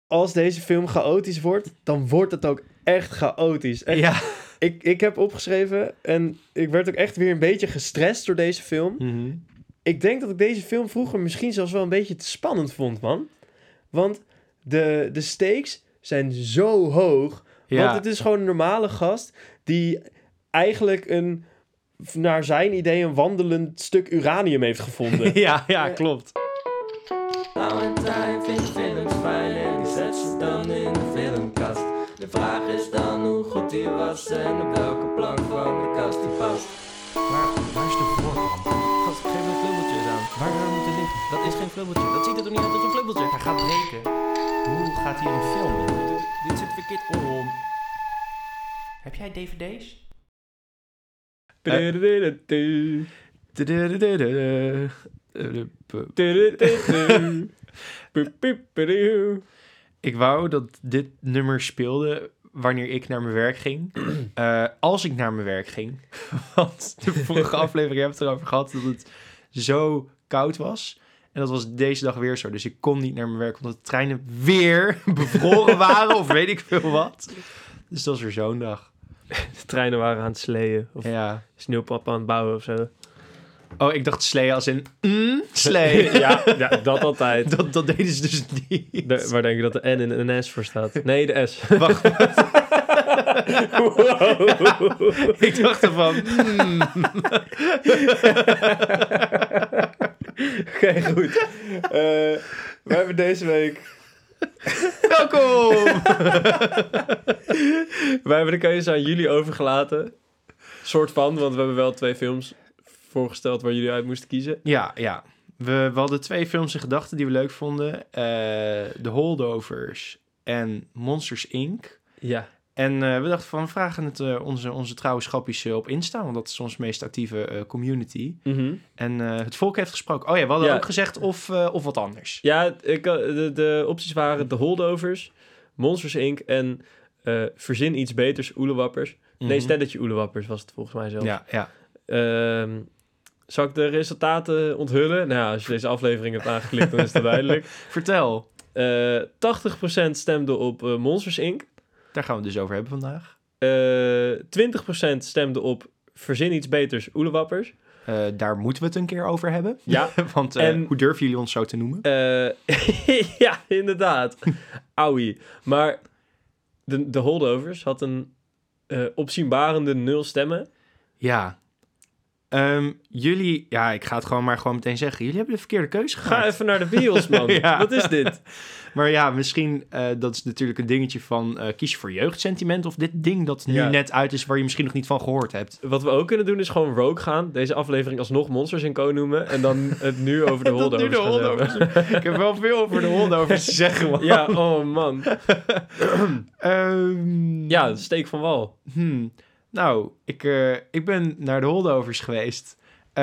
als deze film chaotisch wordt, dan wordt het ook echt chaotisch. Echt, Ja. Ik heb opgeschreven en ik werd ook echt weer een beetje gestrest door deze film. Mm-hmm. Ik denk dat ik deze film vroeger misschien zelfs wel een beetje te spannend vond, man. Want de stakes zijn zo hoog. Ja. Want het is gewoon een normale gast die eigenlijk naar zijn idee een wandelend stuk uranium heeft gevonden. ja, klopt. Valentijn vindt films fijn en die zet ze dan in de filmkast. De vraag is dan hoe goed die was en op welke plank van de kast die past. Waar is de voorkant? Gast, geef een flubbeltje aan. Waar moet het liggen? Dat is geen flubbeltje. Dat ziet er toch niet uit als een flubbeltje? Hij gaat breken. Hoe gaat hier een film in? Dit zit verkeerd om. Heb jij dvd's? Ik wou dat dit nummer speelde wanneer ik naar mijn werk ging. Als ik naar mijn werk ging. Want de vorige aflevering hebben we het erover gehad dat het zo koud was. En dat was deze dag weer zo. Dus ik kon niet naar mijn werk omdat de treinen weer bevroren waren of weet ik veel wat. Dus dat was weer zo'n dag. De treinen waren aan het sleeën. Of Ja. sneeuwpop aan het bouwen of zo. Oh, ik dacht slee als in slee. ja, dat altijd. Dat deden ze dus niet. Waar denk je dat de N in een S voor staat? Nee, de S. Wacht. Ik dacht ervan. Oké, goed. We hebben deze week... Welkom! Wij hebben de keuze aan jullie overgelaten. Soort van, want we hebben wel 2 films voorgesteld waar jullie uit moesten kiezen. Ja. We hadden 2 films in gedachten die we leuk vonden. The Holdovers en Monsters, Inc. Ja. En we dachten van, we vragen het onze trouwe schappies op Insta, want dat is onze meest actieve community. Mhm. En het volk heeft gesproken. Oh ja, we hadden Ja. ook gezegd of wat anders. Ja, de opties waren The Holdovers, Monsters Inc. en Verzin iets beters, Oelewappers. Nee, Stelletje Oelewappers was het volgens mij zelf. Ja. Zal ik de resultaten onthullen? Nou ja, als je deze aflevering hebt aangeklikt, dan is het duidelijk. Vertel. 80% stemde op Monsters Inc. Daar gaan we het dus over hebben vandaag. 20% stemde op Verzin iets beters, Oelewappers. Daar moeten we het een keer over hebben. Ja. Want En- hoe durven jullie ons zo te noemen? Ja, inderdaad. Auwie. Maar de Holdovers had een opzienbarende 0 stemmen. Ja. Jullie... Ja, ik ga het gewoon meteen zeggen. Jullie hebben de verkeerde keuze gemaakt. Ga even naar de bios, man. Ja. Wat is dit? Maar ja, misschien... dat is natuurlijk een dingetje van... kies je voor jeugdsentiment of dit ding dat nu Ja. net uit is... waar je misschien nog niet van gehoord hebt. Wat we ook kunnen doen is gewoon rogue gaan. Deze aflevering alsnog Monsters @Co noemen. En dan het nu over de Dat nu Holdovers gaan hebben. Ik heb wel veel over de Holdovers te zeggen, man. Ja, oh man. Ehm, Ja, steek van wal. Nou, ik ben naar de Holdovers geweest.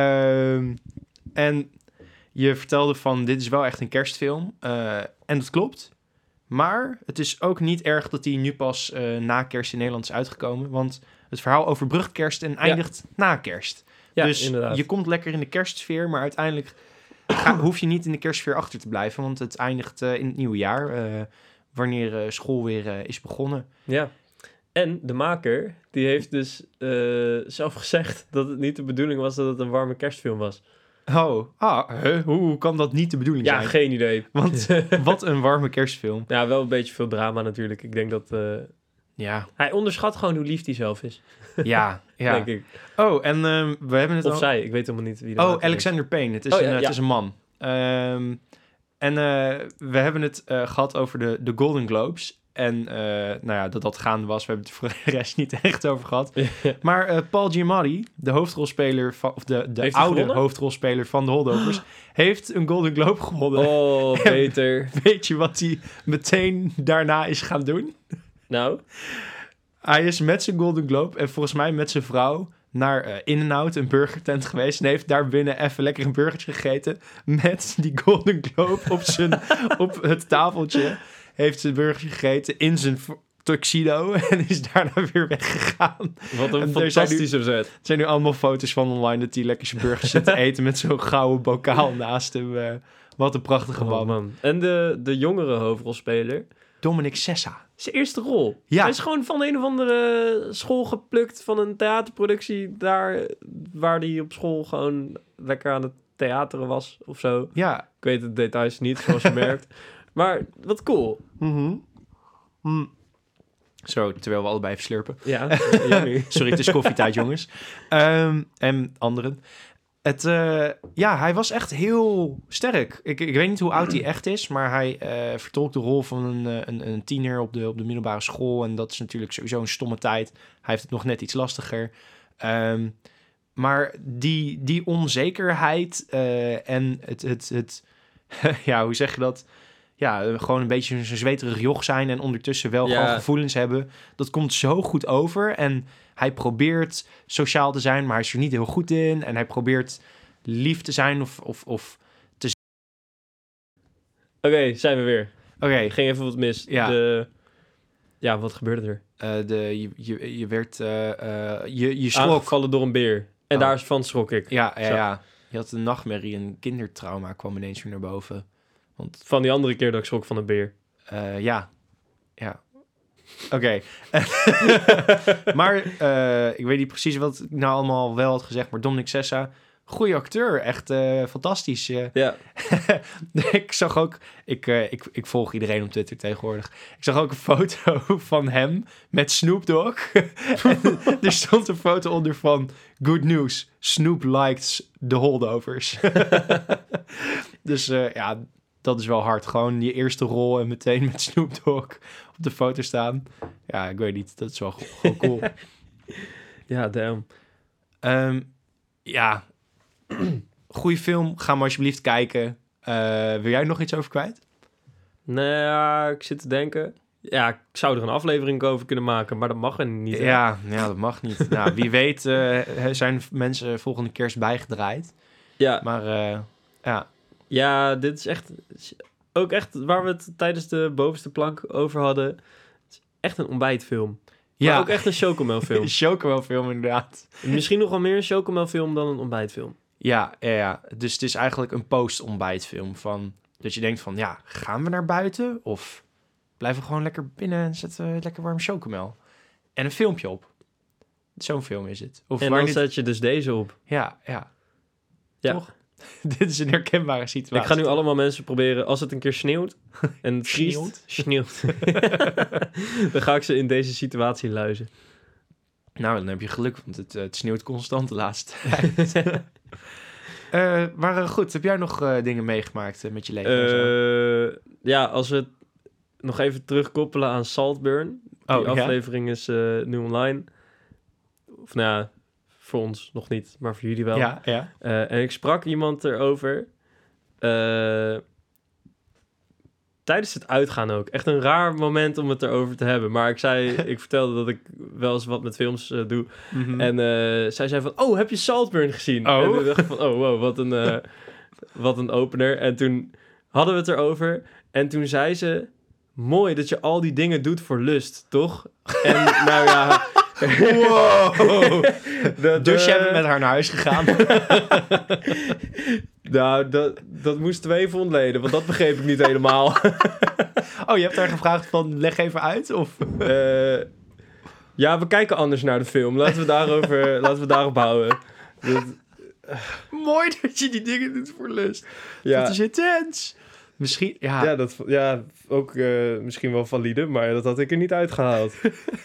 En je vertelde van, dit is wel echt een kerstfilm. En dat klopt. Maar het is ook niet erg dat die nu pas na kerst in Nederland is uitgekomen. Want het verhaal overbrugt kerst en eindigt na kerst. Ja, dus inderdaad. je komt lekker in de kerstsfeer, maar uiteindelijk hoef je niet in de kerstsfeer achter te blijven. Want het eindigt in het nieuwe jaar, wanneer school weer is begonnen. Ja. En de maker, die heeft dus zelf gezegd dat het niet de bedoeling was dat het een warme kerstfilm was. Hoe kan dat niet de bedoeling Ja, zijn? geen idee. Want wat een warme kerstfilm. Ja, wel een beetje veel drama natuurlijk. Ik denk dat... Ja, hij onderschat gewoon hoe lief hij zelf is, ja. denk ik. Oh, en we hebben het Of al... zij, ik weet helemaal niet wie de Oh, maker is. Alexander Payne. Het is, Oh, ja, het ja. is een man. En we hebben het gehad over de Golden Globes. En dat gaande was. We hebben het er voor de rest niet echt over gehad. Maar Paul Giamatti, de hoofdrolspeler van... Of de Heeft hij oude gewonnen? hoofdrolspeler van de Holdovers... heeft een Golden Globe gewonnen. Oh, Peter. Weet je wat hij meteen daarna is gaan doen? Nou, Hij is met zijn Golden Globe en volgens mij met zijn vrouw naar In-N-Out, een burgertent geweest. En heeft daar binnen even lekker een burgertje gegeten. Met die Golden Globe op het tafeltje. Heeft zijn burgertje gegeten in zijn tuxedo. En is daarna weer weggegaan. wat een En er zijn fantastische zet. Er zijn nu allemaal foto's van online dat hij lekker zijn burger zit te eten. Met zo'n gouden bokaal naast hem. Wat een prachtige Oh, man. man. En de jongere hoofdrolspeler, Dominic Sessa. Zijn eerste rol. Ja. Hij is gewoon van een of andere school geplukt van een theaterproductie daar waar hij op school gewoon lekker aan het theateren was of zo. Ja. Ik weet de details niet, zoals je merkt. Maar wat cool. Zo, terwijl we allebei even slurpen. Ja, Sorry, het is koffietijd, jongens. En anderen. Hij was echt heel sterk. Ik weet niet hoe oud hij echt is, maar hij vertolkt de rol van een tiener op de middelbare school. En dat is natuurlijk sowieso een stomme tijd. Hij heeft het nog net iets lastiger. Maar die onzekerheid en het ja, hoe zeg je dat? Ja, gewoon een beetje zo'n zweterig joch zijn en ondertussen wel gewoon gevoelens hebben. Dat komt zo goed over. En hij probeert sociaal te zijn, maar hij is er niet heel goed in. En hij probeert lief te zijn of te... Oké, zijn we weer. Oké. Ging even wat mis. Ja. Wat gebeurde er? Je werd... je schrok. Aangevallen door een beer. En daarvan schrok ik. Ja. Je had een nachtmerrie, een kindertrauma kwam ineens weer naar boven. Want... Van die andere keer dat ik schrok van een beer. Ja. Oké. Maar ik weet niet precies wat ik nou allemaal wel had gezegd, maar Dominic Sessa, goede acteur, echt fantastisch. Ja. Ik zag ook, ik volg iedereen op Twitter tegenwoordig. Ik zag ook een foto van hem met Snoop Dogg. Er stond een foto onder van good news, Snoop likes the holdovers. Dus dat is wel hard. Gewoon je eerste rol en meteen met Snoop Dogg op de foto staan. Ja, ik weet niet. Dat is wel gewoon cool. Ja, damn. Goeie film. Ga maar alsjeblieft kijken. Wil jij er nog iets over kwijt? Nou, ik zit te denken. Ja, ik zou er een aflevering over kunnen maken, maar dat mag er niet. Hè? Ja, dat mag niet. Nou, wie weet zijn mensen volgende kerst bijgedraaid. Ja. Maar ja. Ja, dit is echt... Ook echt waar we het tijdens de bovenste plank over hadden. Het is echt een ontbijtfilm. Maar ook echt een chocomelfilm. Een chocomelfilm, inderdaad. Misschien nog wel meer een chocomelfilm dan een ontbijtfilm. Ja. Dus het is eigenlijk een post-ontbijtfilm. Van, dat je denkt van, ja, gaan we naar buiten? Of blijven we gewoon lekker binnen en zetten we lekker warm chocomel? En een filmpje op. Zo'n film is het. Of en dan zet je dus deze op. Ja. Toch? Dit is een herkenbare situatie. Ik ga nu allemaal mensen proberen, als het een keer sneeuwt en het sneeuwt. Dan ga ik ze in deze situatie luizen. Nou, dan heb je geluk, want het sneeuwt constant de laatste tijd. Maar goed, heb jij nog dingen meegemaakt met je leven? Ja, als we nog even terugkoppelen aan Saltburn. Die aflevering is nu online. Of nou ja, voor ons nog niet, maar voor jullie wel. Ja. En ik sprak iemand erover. Tijdens het uitgaan ook. Echt een raar moment om het erover te hebben. Maar ik vertelde dat ik wel eens wat met films doe. Mm-hmm. En zij zei van, heb je Saltburn gezien? En toen dacht ik van, wow, wat een opener. En toen hadden we het erover. En toen zei ze, mooi dat je al die dingen doet voor lust, toch? En nou ja... Wow! Dus jij bent met haar naar huis gegaan? Nou, dat moesten we even ontleden, want dat begreep ik niet helemaal. Je hebt haar gevraagd van, leg even uit? Of? Ja, we kijken anders naar de film. Laten we daarop houden. Mooi dat je die dingen doet voor lust. Ja. Dat is intens. Misschien, ja. Ook misschien wel valide, maar dat had ik er niet uitgehaald.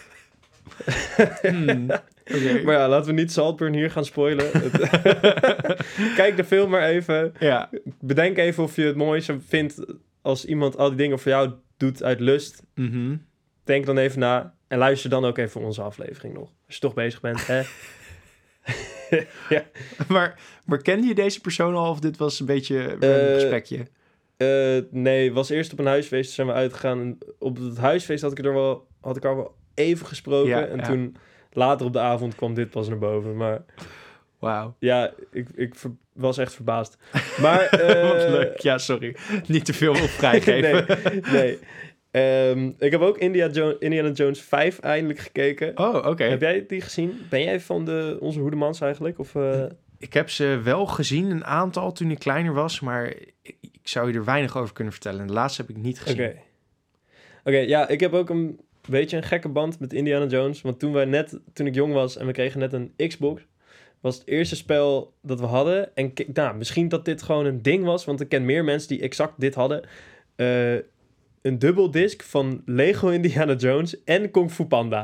Okay. Maar ja, laten we niet Saltburn hier gaan spoilen. Kijk de film maar even. Ja. Bedenk even of je het mooiste vindt als iemand al die dingen voor jou doet uit lust. Mm-hmm. Denk dan even na en luister dan ook even onze aflevering nog. Als je toch bezig bent, hè? Ja. Maar kende je deze persoon al of dit was een beetje een gesprekje? Nee, het was eerst op een huisfeest, zijn we uitgegaan. En op het huisfeest had ik er al wel even gesproken. En toen later op de avond kwam dit pas naar boven. Maar wauw. Ja, ik was echt verbaasd. Maar wat leuk. Ja, sorry. Niet te veel op vrijgeven. Nee. Ik heb ook Indiana Jones 5 eindelijk gekeken. Oh, oké. Heb jij die gezien? Ben jij van onze Hoedemans eigenlijk? Of, Ik heb ze wel gezien, een aantal, toen ik kleiner was. Maar ik zou je er weinig over kunnen vertellen. De laatste heb ik niet gezien. Oké, ja, ik heb ook een beetje een gekke band met Indiana Jones. Want toen ik jong was en we kregen net een Xbox, was het eerste spel dat we hadden. En misschien dat dit gewoon een ding was, want ik ken meer mensen die exact dit hadden. Een dubbeldisc van Lego Indiana Jones en Kung Fu Panda.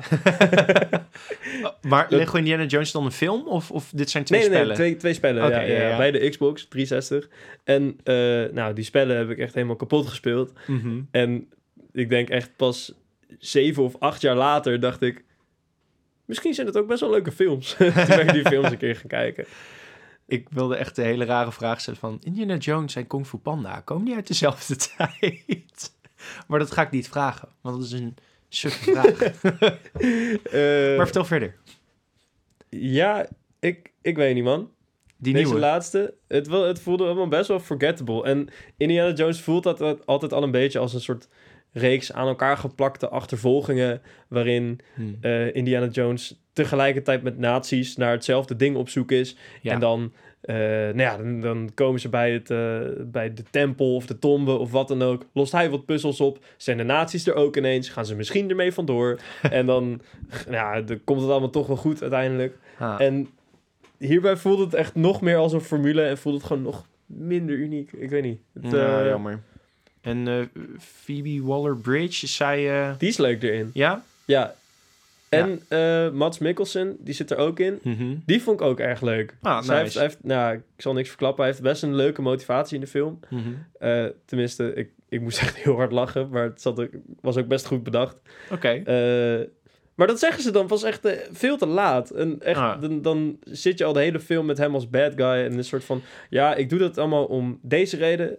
Maar Lego Indiana Jones is dan een film? Of dit zijn twee spellen? Nee, twee spellen. Okay, ja. Bij de Xbox 360. En die spellen heb ik echt helemaal kapot gespeeld. Mm-hmm. En ik denk echt pas 7 of 8 jaar later dacht ik, misschien zijn het ook best wel leuke films. Toen ben ik die films een keer gaan kijken. Ik wilde echt de hele rare vraag stellen van Indiana Jones en Kung Fu Panda, komen die uit dezelfde tijd? Maar dat ga ik niet vragen, want dat is een suffe vraag. Maar vertel verder. Ja, ik weet niet, man. Die Deze nieuwe. laatste, het voelde allemaal best wel forgettable. En Indiana Jones voelt dat altijd al een beetje als een soort reeks aan elkaar geplakte achtervolgingen, waarin Indiana Jones tegelijkertijd met nazi's naar hetzelfde ding op zoek is. Ja. En dan, dan komen ze bij de tempel of de tombe of wat dan ook. Lost hij wat puzzels op. Zijn de nazi's er ook ineens? Gaan ze misschien ermee vandoor? En dan komt het allemaal toch wel goed uiteindelijk. En hierbij voelt het echt nog meer als een formule en voelt het gewoon nog minder uniek. Ik weet niet. Jammer. En Phoebe Waller-Bridge, is zij... Die is leuk erin. Ja? Ja. En Mads Mikkelsen, die zit er ook in. Mm-hmm. Die vond ik ook erg leuk. Nice. Ik zal niks verklappen. Hij heeft best een leuke motivatie in de film. Mm-hmm. Tenminste, ik moest echt heel hard lachen. Maar het was ook best goed bedacht. Oké. Maar dat zeggen ze dan pas echt veel te laat. En echt, dan zit je al de hele film met hem als bad guy. En een soort van, ja, ik doe dat allemaal om deze reden.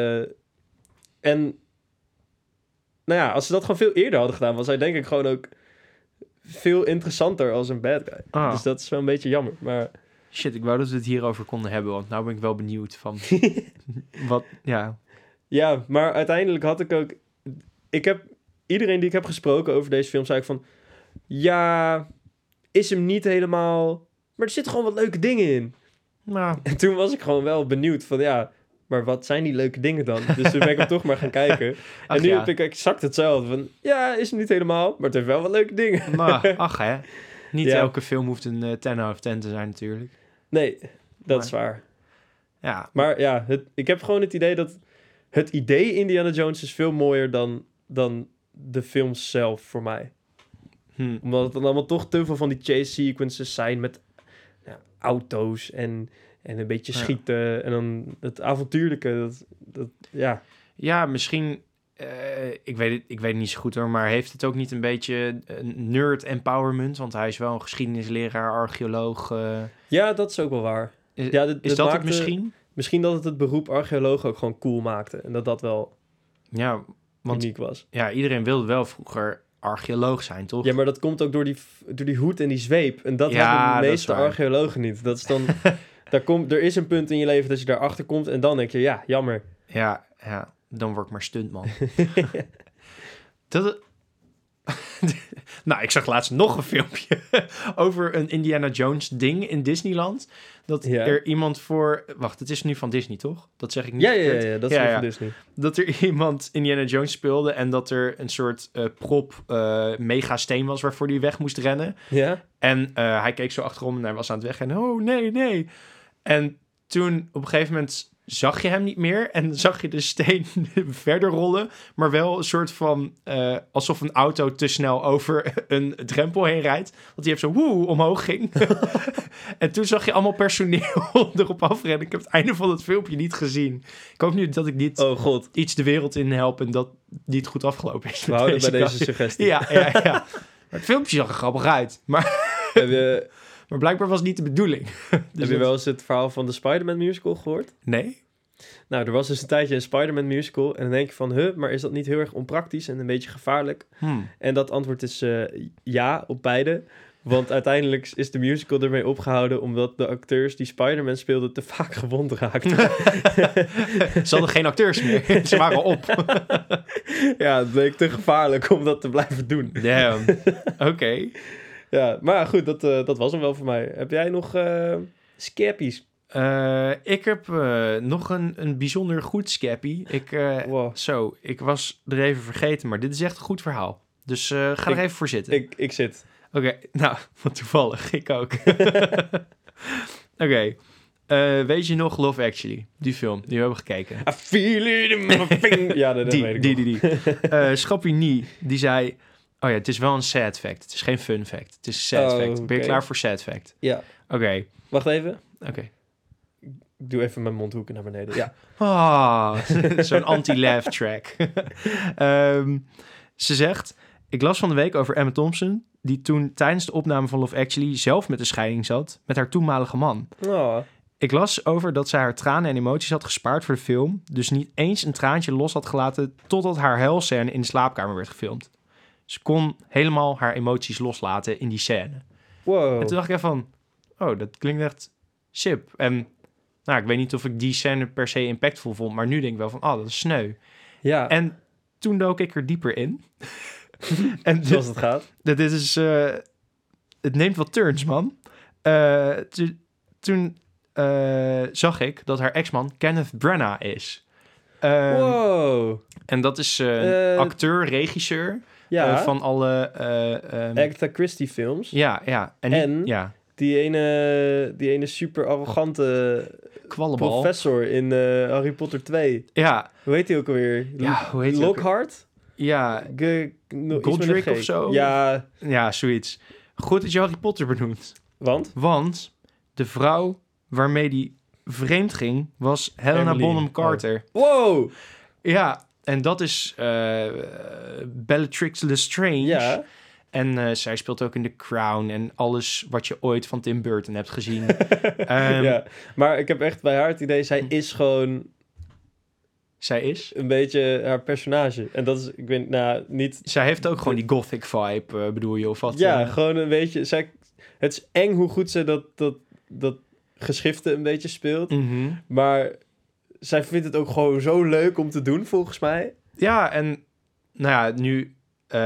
En nou ja, als ze dat gewoon veel eerder hadden gedaan, was hij denk ik gewoon ook veel interessanter als een bad guy. Dus dat is wel een beetje jammer. Maar shit, ik wou dat we het hierover konden hebben, want nou ben ik wel benieuwd van wat, ja. Ja, maar uiteindelijk had ik ook... Iedereen die ik heb gesproken over deze film, zei ik van, ja, is hem niet helemaal, maar er zitten gewoon wat leuke dingen in. Nou. En toen was ik gewoon wel benieuwd van, ja, maar wat zijn die leuke dingen dan? Dus toen ben ik hem toch maar gaan kijken. En nu heb ik exact hetzelfde. Van, ja, is het niet helemaal, maar het heeft wel wat leuke dingen. Maar, hè. Niet elke film hoeft een 10 out of 10 te zijn natuurlijk. Nee, dat is waar. Ja. Maar ja, ik heb gewoon het idee dat het idee Indiana Jones is veel mooier dan de films zelf voor mij. Omdat het dan allemaal toch te veel van die chase sequences zijn met auto's en een beetje schieten. En dan het avontuurlijke. Ja, misschien... ik weet het niet zo goed hoor, maar heeft het ook niet een beetje nerd empowerment? Want hij is wel een geschiedenisleraar, archeoloog. Ja, dat is ook wel waar. Is dat het misschien? Misschien dat het beroep archeoloog ook gewoon cool maakte. En dat wel uniek was. Ja, iedereen wilde wel vroeger archeoloog zijn, toch? Ja, maar dat komt ook door die hoed en die zweep. En dat hebben de meeste archeologen niet. Dat is dan... er is een punt in je leven dat je daarachter komt en dan denk je, ja, jammer. Ja, dan word ik maar stuntman. Nou, ik zag laatst nog een filmpje over een Indiana Jones ding in Disneyland. Dat er iemand voor... Wacht, het is nu van Disney, toch? Dat zeg ik niet. Ja, dat is van Disney. Dat er iemand Indiana Jones speelde en dat er een soort prop mega steen was waarvoor hij weg moest rennen. Ja. En hij keek zo achterom en hij was aan het wegrennen. Oh, nee. En toen op een gegeven moment zag je hem niet meer en zag je de steen verder rollen, maar wel een soort van alsof een auto te snel over een drempel heen rijdt. Want die heeft zo omhoog ging. En toen zag je allemaal personeel erop afrennen. Ik heb het einde van het filmpje niet gezien. Ik hoop nu dat ik niet iets de wereld in help en dat niet goed afgelopen is. We houden bij deze suggestie. Ja. Maar het filmpje zag er grappig uit. Maar blijkbaar was het niet de bedoeling. Dus heb je wel eens het verhaal van de Spider-Man musical gehoord? Nee. Nou, er was dus een tijdje een Spider-Man musical. En dan denk je van, maar is dat niet heel erg onpraktisch en een beetje gevaarlijk? En dat antwoord is ja op beide. Want uiteindelijk is de musical ermee opgehouden omdat de acteurs die Spider-Man speelden te vaak gewond raakten. Ze hadden geen acteurs meer. Ze waren op. Ja, het bleek te gevaarlijk om dat te blijven doen. Damn. Oké. Ja, maar goed, dat was hem wel voor mij. Heb jij nog scapies? Ik heb nog een bijzonder goed scappy. Ik was er even vergeten, maar dit is echt een goed verhaal. Dus ga er even voor zitten. Ik zit. Oké, nou, wat toevallig. Ik ook. Oké. Weet je nog Love Actually? Die film, die we hebben gekeken. I feel it in my finger. Ja, dat weet ik die. Schappie Nie, die zei... Oh ja, het is wel een sad fact. Het is geen fun fact. Het is een sad fact. Ben je klaar voor sad fact? Ja. Oké. Wacht even. Oké. Ik doe even mijn mondhoeken naar beneden. Ja. Zo'n anti-laugh track. Ze zegt... Ik las van de week over Emma Thompson... die toen tijdens de opname van Love Actually... zelf met de scheiding zat met haar toenmalige man. Oh. Ik las over dat zij haar tranen en emoties had gespaard voor de film... dus niet eens een traantje los had gelaten... totdat haar huilscène in de slaapkamer werd gefilmd. Ze kon helemaal haar emoties loslaten in die scène. Wow. En toen dacht ik even van... Oh, dat klinkt echt sip. En nou, ik weet niet of ik die scène per se impactvol vond... maar nu denk ik wel van, dat is sneu. Ja. En toen dook ik er dieper in... En zoals het gaat. Dit is... het neemt wat turns, man. Toen zag ik dat haar ex-man Kenneth Branagh is. Wow. En dat is acteur, regisseur van alle... Agatha Christie films. Ja. En die ene super arrogante kwallenbal professor in Harry Potter 2. Ja. Hoe heet hij ook alweer? Ja, hoe heet hij Lockhart? Ja, Godric of zo? Ja, zoiets. Goed dat je Harry Potter benoemt. Want de vrouw waarmee die vreemd ging was Helena Bonham Carter. Oh. Wow! Ja, en dat is Bellatrix Lestrange. Ja. En zij speelt ook in The Crown en alles wat je ooit van Tim Burton hebt gezien. Ja, maar ik heb echt bij haar het idee, zij is gewoon... Zij is? Een beetje haar personage. En dat is, ik weet, niet... Zij heeft ook gewoon die gothic vibe, bedoel je, of wat? Ja, gewoon een beetje... Het is eng hoe goed ze dat geschifte een beetje speelt. Mm-hmm. Maar zij vindt het ook gewoon zo leuk om te doen, volgens mij. Ja, en nu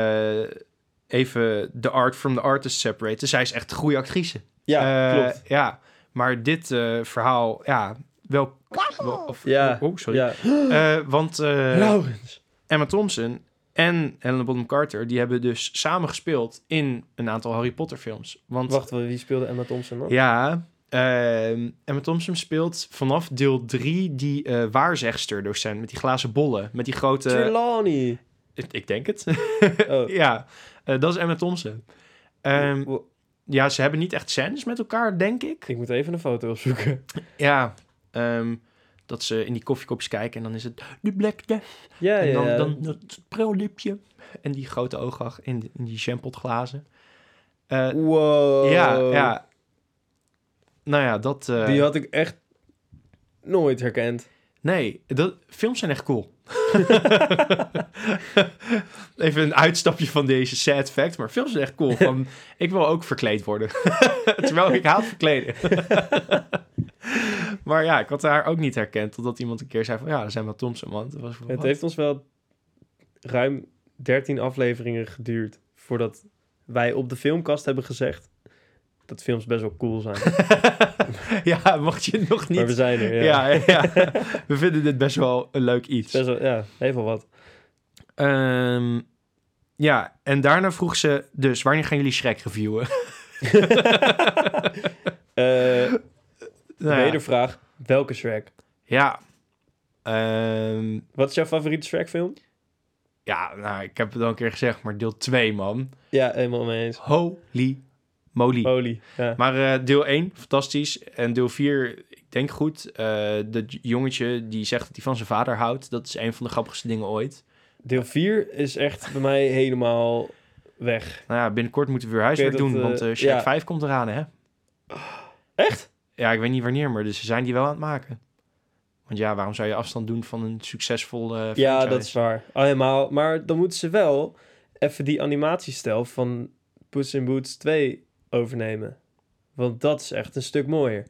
even de art from the artist separaten. Zij is echt een goede actrice. Ja, klopt. Ja, maar dit verhaal, wel... sorry. Ja. Want Laurens. Emma Thompson en Helena Bonham Carter... die hebben dus samen gespeeld in een aantal Harry Potter films. Wacht, wie speelde Emma Thompson dan? Ja, Emma Thompson speelt vanaf deel 3 die waarzegster-docent... met die glazen bollen, met die grote... Trelawney. Ik denk het. Oh. Ja, dat is Emma Thompson. Ja, ze hebben niet echt scènes met elkaar, denk ik. Ik moet even een foto opzoeken. Ja, dat ze in die koffiekopjes kijken en dan is het de Black Death. Ja, en dan dat prillipje en die grote oogag in die champotglazen. Wow. Ja. Nou ja, dat... Die had ik echt nooit herkend. Nee, films zijn echt cool. Even een uitstapje van deze sad fact, maar films zijn echt cool. Ik wil ook verkleed worden. Terwijl ik haat verkleden. Maar ja, ik had haar ook niet herkend, totdat iemand een keer zei van, ja, dat zijn wel Thompson, man. Het heeft ons wel ruim 13 afleveringen geduurd voordat wij op de filmkast hebben gezegd dat films best wel cool zijn. Ja, mocht je het nog niet... Maar we zijn er, ja. We vinden dit best wel een leuk iets. Best wel, ja, heeft wel wat. Ja, en daarna vroeg ze dus, wanneer gaan jullie Shrek reviewen? Wedervraag, welke Shrek? Ja. Wat is jouw favoriete Shrek-film? Ja, ik heb het al een keer gezegd, maar deel 2, man. Ja, helemaal mee eens. Holy moly. Ja. Maar deel 1, fantastisch. En deel 4, ik denk goed. Dat jongetje die zegt dat hij van zijn vader houdt. Dat is een van de grappigste dingen ooit. Deel 4 is echt bij mij helemaal weg. Nou ja, binnenkort moeten we weer huiswerk doen. Want Shrek 5 komt eraan, hè? Echt? Ja, ik weet niet wanneer, maar dus ze zijn die wel aan het maken. Want ja, waarom zou je afstand doen van een succesvol franchise? Ja, dat is waar. Helemaal. Maar dan moeten ze wel even die animatiestijl van Puss in Boots 2 overnemen. Want dat is echt een stuk mooier.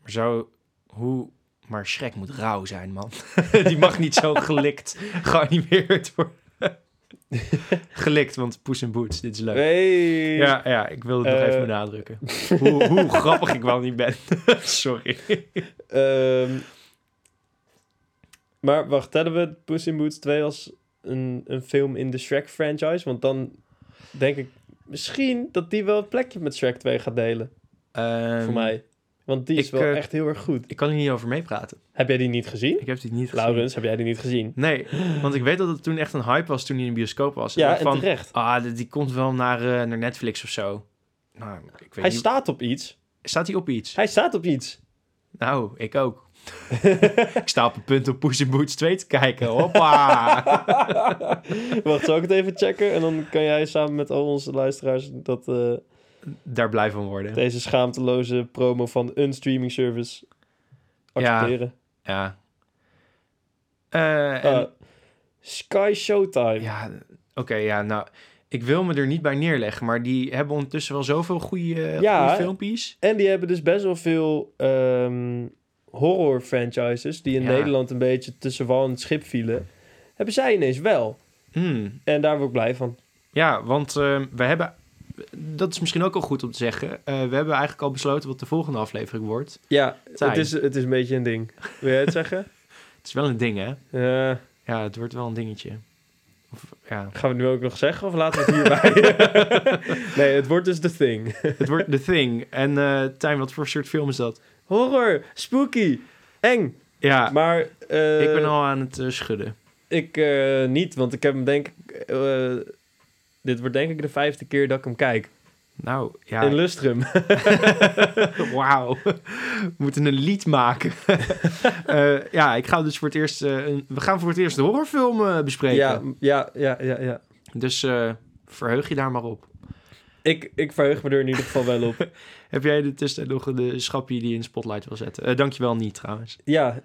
Maar Shrek moet rauw zijn, man. Die mag niet zo gelikt geanimeerd worden. Gelikt, want Poes in Boots, dit is leuk. Hey. Ja, ik wil het nog even benadrukken. hoe grappig ik wel niet ben. Sorry. Maar wacht, tellen we Puss in Boots 2 als een film in de Shrek-franchise? Want dan denk ik misschien dat die wel het plekje met Shrek 2 gaat delen. Voor mij. Want die is wel echt heel erg goed. Ik kan er niet over meepraten. Heb jij die niet gezien? Ik heb die niet gezien. Laurens, heb jij die niet gezien? Nee, want ik weet dat het toen echt een hype was toen hij in de bioscoop was. Ja, en terecht. Die komt wel naar Netflix of zo. Nou, ik weet Hij niet. staat op iets. Staat hij op iets? Hij staat op iets. Nou, ik ook. Ik sta op het punt om Puss in Boots 2 te kijken. Hoppa! Wacht, zal ik het even checken? En dan kan jij samen met al onze luisteraars daar blij van worden. deze schaamteloze promo van een streaming service accepteren. Ja. Sky Showtime. Ja, oké, nou... Ik wil me er niet bij neerleggen, maar die hebben ondertussen wel zoveel goede filmpjes. En die hebben dus best wel veel horror franchises die in Nederland een beetje tussen wal en het schip vielen. Hebben zij ineens wel. En daar word ik blij van. Ja, want we hebben... Dat is misschien ook wel goed om te zeggen. We hebben eigenlijk al besloten wat de volgende aflevering wordt. Ja, het is een beetje een ding. Wil jij het zeggen? Het is wel een ding, hè? Ja, het wordt wel een dingetje. Ja. Gaan we het nu ook nog zeggen of laten we het hierbij? Nee, het wordt dus The Thing. Het wordt The Thing. En Tijn, wat voor soort film is dat? Horror, spooky, eng. Ja, maar ik ben al aan het schudden. Ik niet, want ik heb hem denk ik... dit wordt denk ik de 5e keer dat ik hem kijk. Nou, ja. In Lustrum. Wauw. We moeten een lied maken. Ik ga dus voor het eerst... we gaan voor het eerst de horrorfilm bespreken. Ja. Dus verheug je daar maar op. Ik verheug me er in ieder geval wel op. Heb jij de tussen nog de schapje die je in de spotlight wil zetten? Dankjewel niet, trouwens. Ja,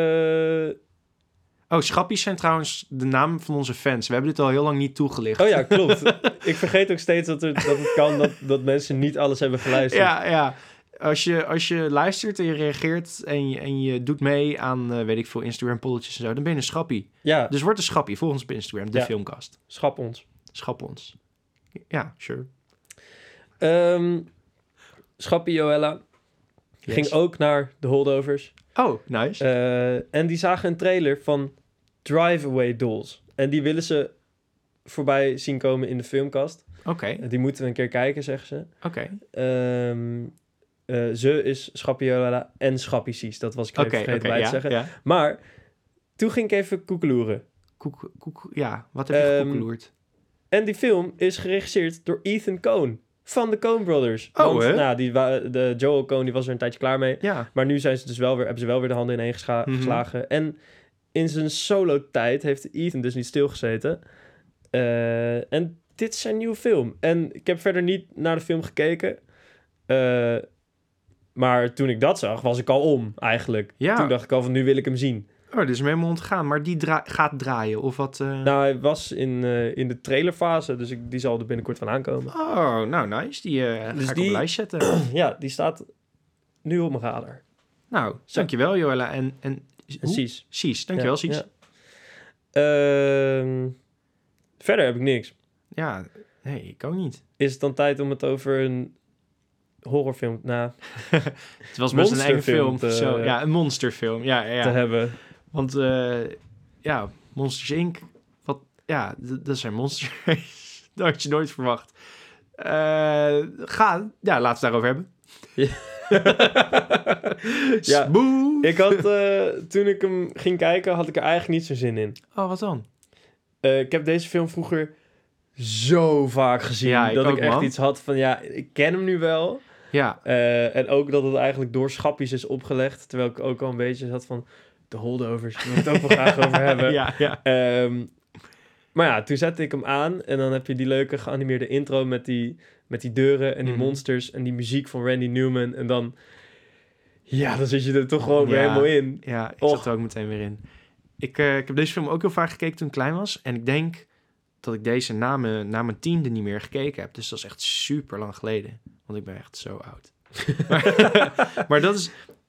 schappies zijn trouwens de naam van onze fans. We hebben dit al heel lang niet toegelicht. Oh ja, klopt. Ik vergeet ook steeds dat het kan dat mensen niet alles hebben geluisterd. Ja. Als je luistert en je reageert en je doet mee aan, weet ik veel, Instagram-polletjes en zo, dan ben je een schappie. Ja. Dus word een schappie. Volg ons op Instagram, de Filmcast. Schap ons. Ja, sure. Schappie Joella ging ook naar de Holdovers. Oh, nice. En die zagen een trailer van Drive-Away Dolls. En die willen ze voorbij zien komen in de filmkast. Oké. Die moeten we een keer kijken, zeggen ze. Oké. Ze is Schappie Joella en Schappie Sies. Dat was ik even vergeten bij te zeggen. Ja. Maar toen ging ik even koekeloeren. Wat heb je gekoekeloerd? En die film is geregisseerd door Ethan Coen. Van de Coen Brothers. Want, de Joel Coen die was er een tijdje klaar mee. Ja. Maar nu zijn ze dus hebben ze wel weer de handen ineen geslagen. En in zijn solo-tijd heeft Ethan dus niet stilgezeten. En dit is zijn nieuwe film. En ik heb verder niet naar de film gekeken. Maar toen ik dat zag, was ik al om, eigenlijk. Ja. Toen dacht ik al van, nu wil ik hem zien. Oh, dit is me helemaal ontgaan. Maar die gaat draaien, of wat? Nou, hij was in de trailerfase, dus die zal er binnenkort van aankomen. Oh, nou nice. Die ga ik op een lijst zetten. Ja, die staat nu op mijn radar. Nou, dankjewel Joella. En Sies. Sies, dankjewel Sies. Ja. Verder heb ik niks. Ja, nee, ik ook niet. Is het dan tijd om het over een horrorfilm... het was best een enge film. Ja, een monsterfilm. Ja. Te hebben. Want Monsters Inc. Dat zijn monsters. Dat had je nooit verwacht. Laten we het daarover hebben. Ja, ik had, toen ik hem ging kijken, had ik er eigenlijk niet zo zin in. Oh, wat dan? Ik heb deze film vroeger zo vaak gezien, dat ik echt iets had van, ik ken hem nu wel. Ja. En ook dat het eigenlijk door schapjes is opgelegd, terwijl ik ook al een beetje zat van, de Holdovers, daar wil ik het ook wel graag over hebben. Ja. Maar toen zette ik hem aan en dan heb je die leuke geanimeerde intro met die deuren en die monsters en die muziek van Randy Newman. En dan zit je er toch gewoon weer helemaal in. Ja, ik zat er ook meteen weer in. Ik heb deze film ook heel vaak gekeken toen ik klein was. En ik denk dat ik deze na mijn 10e niet meer gekeken heb. Dus dat is echt super lang geleden. Want ik ben echt zo oud. Maar dat is...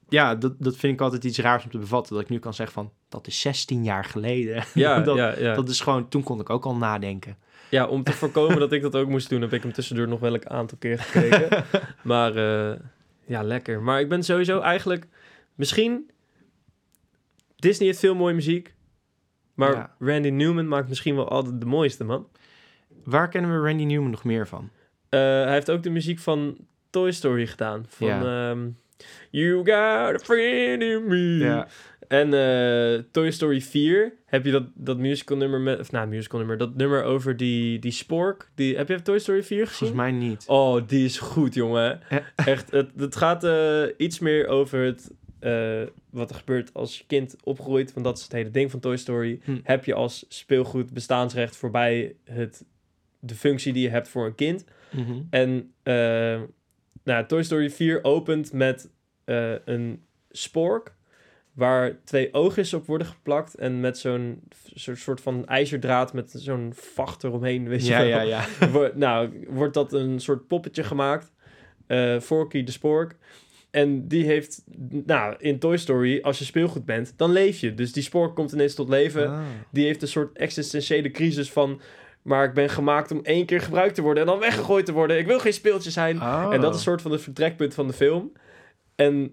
ja, dat vind ik altijd iets raars om te bevatten. Dat ik nu kan zeggen van, dat is 16 jaar geleden. Ja, Dat is gewoon, toen kon ik ook al nadenken. Ja, om te voorkomen dat ik dat ook moest doen, heb ik hem tussendoor nog wel een aantal keer gekeken. Maar ja, lekker. Maar ik ben sowieso eigenlijk... Misschien... Disney heeft veel mooie muziek. Maar Randy Newman maakt misschien wel altijd de mooiste, man. Waar kennen we Randy Newman nog meer van? Hij heeft ook de muziek van Toy Story gedaan. Van You got a friend in me. Ja. En Toy Story 4 heb je dat musical nummer met... Of musical nummer. Dat nummer over die spork. Heb je Toy Story 4 gezien? Volgens mij niet. Oh, die is goed, jongen. Echt, het gaat iets meer over het... wat er gebeurt als je kind opgroeit. Want dat is het hele ding van Toy Story. Heb je als speelgoed bestaansrecht voorbij de functie die je hebt voor een kind. Mm-hmm. En Toy Story 4 opent met een spork waar 2 oogjes op worden geplakt en met zo'n soort van ijzerdraad met zo'n vacht eromheen, weet je wel. Ja. Wordt dat een soort poppetje gemaakt. Forky de Spork. En die heeft, in Toy Story, als je speelgoed bent, dan leef je. Dus die Spork komt ineens tot leven. Ah. Die heeft een soort existentiële crisis van... Maar ik ben gemaakt om 1 keer gebruikt te worden en dan weggegooid te worden. Ik wil geen speeltje zijn. Oh. En dat is een soort van het vertrekpunt van de film. En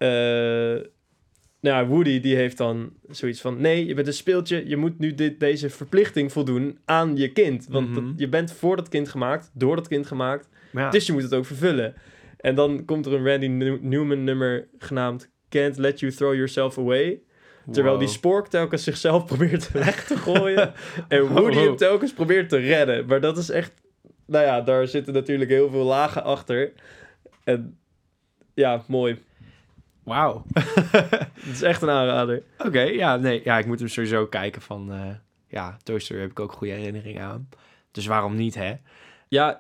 Woody die heeft dan zoiets van... Nee, je bent een speeltje. Je moet nu deze verplichting voldoen aan je kind. Want je bent voor dat kind gemaakt, door dat kind gemaakt. Ja. Dus je moet het ook vervullen. En dan komt er een Randy Newman nummer genaamd... Can't Let You Throw Yourself Away... Terwijl die Spork telkens zichzelf probeert weg te gooien. En Woody hem telkens probeert te redden. Maar dat is echt... daar zitten natuurlijk heel veel lagen achter. En ja, mooi. Wauw. Het is echt een aanrader. Oké, ik moet hem sowieso kijken van... Toy Story heb ik ook goede herinneringen aan. Dus waarom niet, hè? Ja,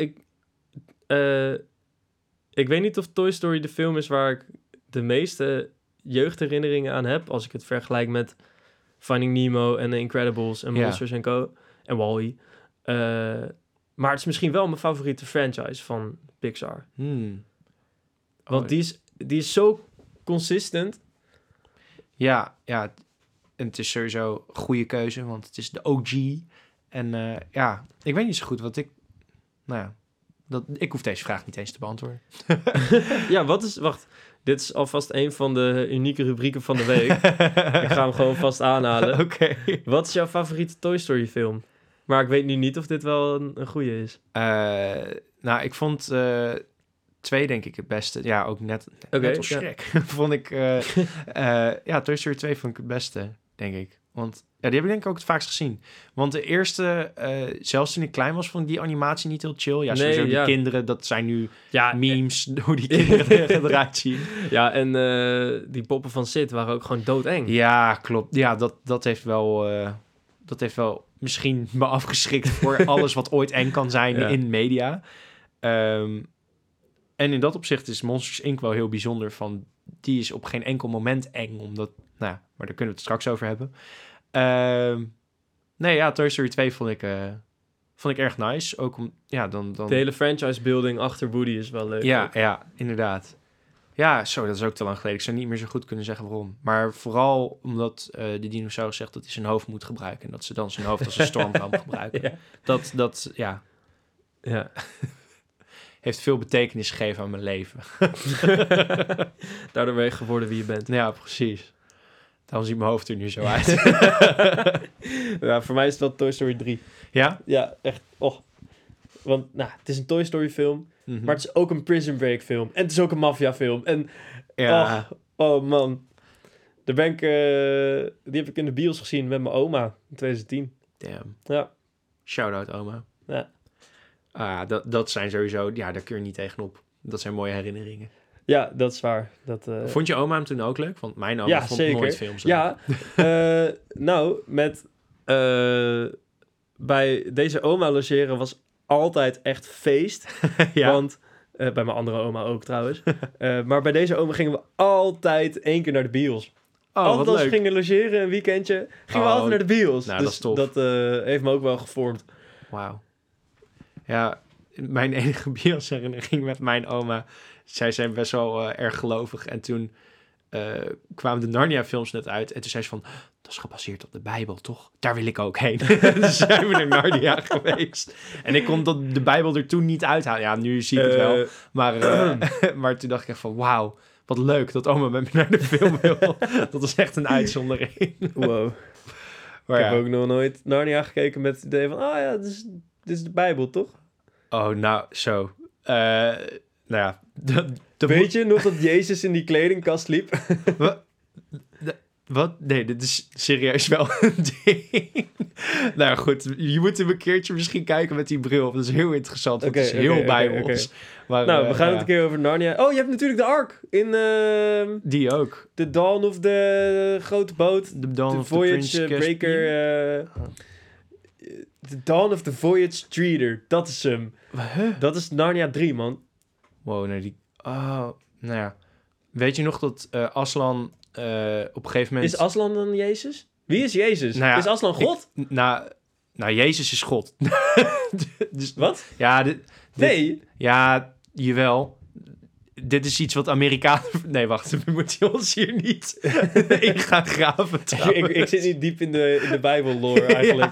ik weet niet of Toy Story de film is waar ik de meeste... jeugdherinneringen aan heb, als ik het vergelijk met Finding Nemo en The Incredibles en Monsters & Co. en Wall-E. Maar het is misschien wel mijn favoriete franchise van Pixar. Want die is zo consistent. Ja, en het is sowieso een goede keuze, want het is de OG. En ik weet niet zo goed wat ik... ik hoef deze vraag niet eens te beantwoorden. Wacht... Dit is alvast een van de unieke rubrieken van de week. Ik ga hem gewoon vast aanhalen. Oké. Wat is jouw favoriete Toy Story film? Maar ik weet nu niet of dit wel een goede is. Ik vond 2 denk ik het beste. Ja, ook net als Shrek. Vond ik... Toy Story 2 vond ik het beste, denk ik. Want die heb ik denk ik ook het vaakst gezien. Want de eerste, zelfs toen ik klein was, vond ik die animatie niet heel chill. Ja, sowieso die kinderen, dat zijn nu memes, hoe die kinderen eruit zien. Ja, en die poppen van Sid waren ook gewoon doodeng. Ja, klopt. Ja, dat heeft wel misschien me afgeschrikt voor alles wat ooit eng kan zijn in media. En in dat opzicht is Monsters Inc. wel heel bijzonder. Van, die is op geen enkel moment eng, omdat... maar daar kunnen we het straks over hebben. Toy Story 2 vond ik erg nice. Ook om, dan... De hele franchise building achter Woody is wel leuk. Ja, inderdaad. Ja, dat is ook te lang geleden. Ik zou niet meer zo goed kunnen zeggen waarom. Maar vooral omdat de dinosaurus zegt dat hij zijn hoofd moet gebruiken. En dat ze dan zijn hoofd als een stormvlam gebruiken. Ja. Heeft veel betekenis gegeven aan mijn leven. Daardoor ben je geworden wie je bent. Ja, precies. Daarom ziet mijn hoofd er nu zo uit. Voor mij is het wel Toy Story 3. Ja? Ja, echt. Want het is een Toy Story film, maar het is ook een Prison Break film. En het is ook een maffia film. En oh man. Daar ben ik, die heb ik in de bios gezien met mijn oma in 2010. Damn. Ja. Shout-out oma. Ja. Dat zijn sowieso, daar kun je niet tegenop. Dat zijn mooie herinneringen. Ja, dat is waar. Vond je oma hem toen ook leuk? Want mijn oma vond zeker. nooit films leuk. Ja, bij deze oma logeren was altijd echt feest. Want, bij mijn andere oma ook trouwens. Maar bij deze oma gingen we altijd 1 keer naar de bios. Altijd als we gingen logeren een weekendje, gingen we altijd naar de bios. Nou, dus dat is tof. Dat heeft me ook wel gevormd. Wauw. Ja, mijn enige biosherinnering met mijn oma... Zij zijn best wel erg gelovig. En toen kwamen de Narnia-films net uit. En toen zei ze van, dat is gebaseerd op de Bijbel, toch? Daar wil ik ook heen. Dus zijn we naar Narnia geweest. En ik kon de Bijbel er toen niet uithalen. Ja, nu zie ik het wel. Maar toen dacht ik echt van, wauw, wat leuk dat oma met me naar de film wil. Dat was echt een uitzondering. Wow. Maar ik heb ook nog nooit Narnia gekeken met het idee van... Oh ja, dit is de Bijbel, toch? Oh, nou, zo. Nou ja. Weet je nog dat Jezus in die kledingkast liep? Wat? Nee, dit is serieus wel een ding. Nou goed, je moet hem een keertje misschien kijken met die bril. Dat is heel interessant, want het is heel bijbels. Okay. Maar, nou, we gaan het een keer over Narnia. Oh, je hebt natuurlijk de Ark in... die ook. The Dawn of the grote boot. The Dawn of the Voyage Breaker. The Dawn of the Voyage Treader. Dat is hem. Dat is Narnia 3, man. Wow, nee, die... Oh, nou ja. Weet je nog dat Aslan op een gegeven moment... Is Aslan dan Jezus? Wie is Jezus? Nou ja, is Aslan God? Nou, Jezus is God. Dus, wat? Ja, nee. Ja, jawel. Dit is iets wat Amerikanen... Nee, wacht. We moeten ons hier niet in gaan graven. ik zit niet diep in de Bijbel-lore eigenlijk.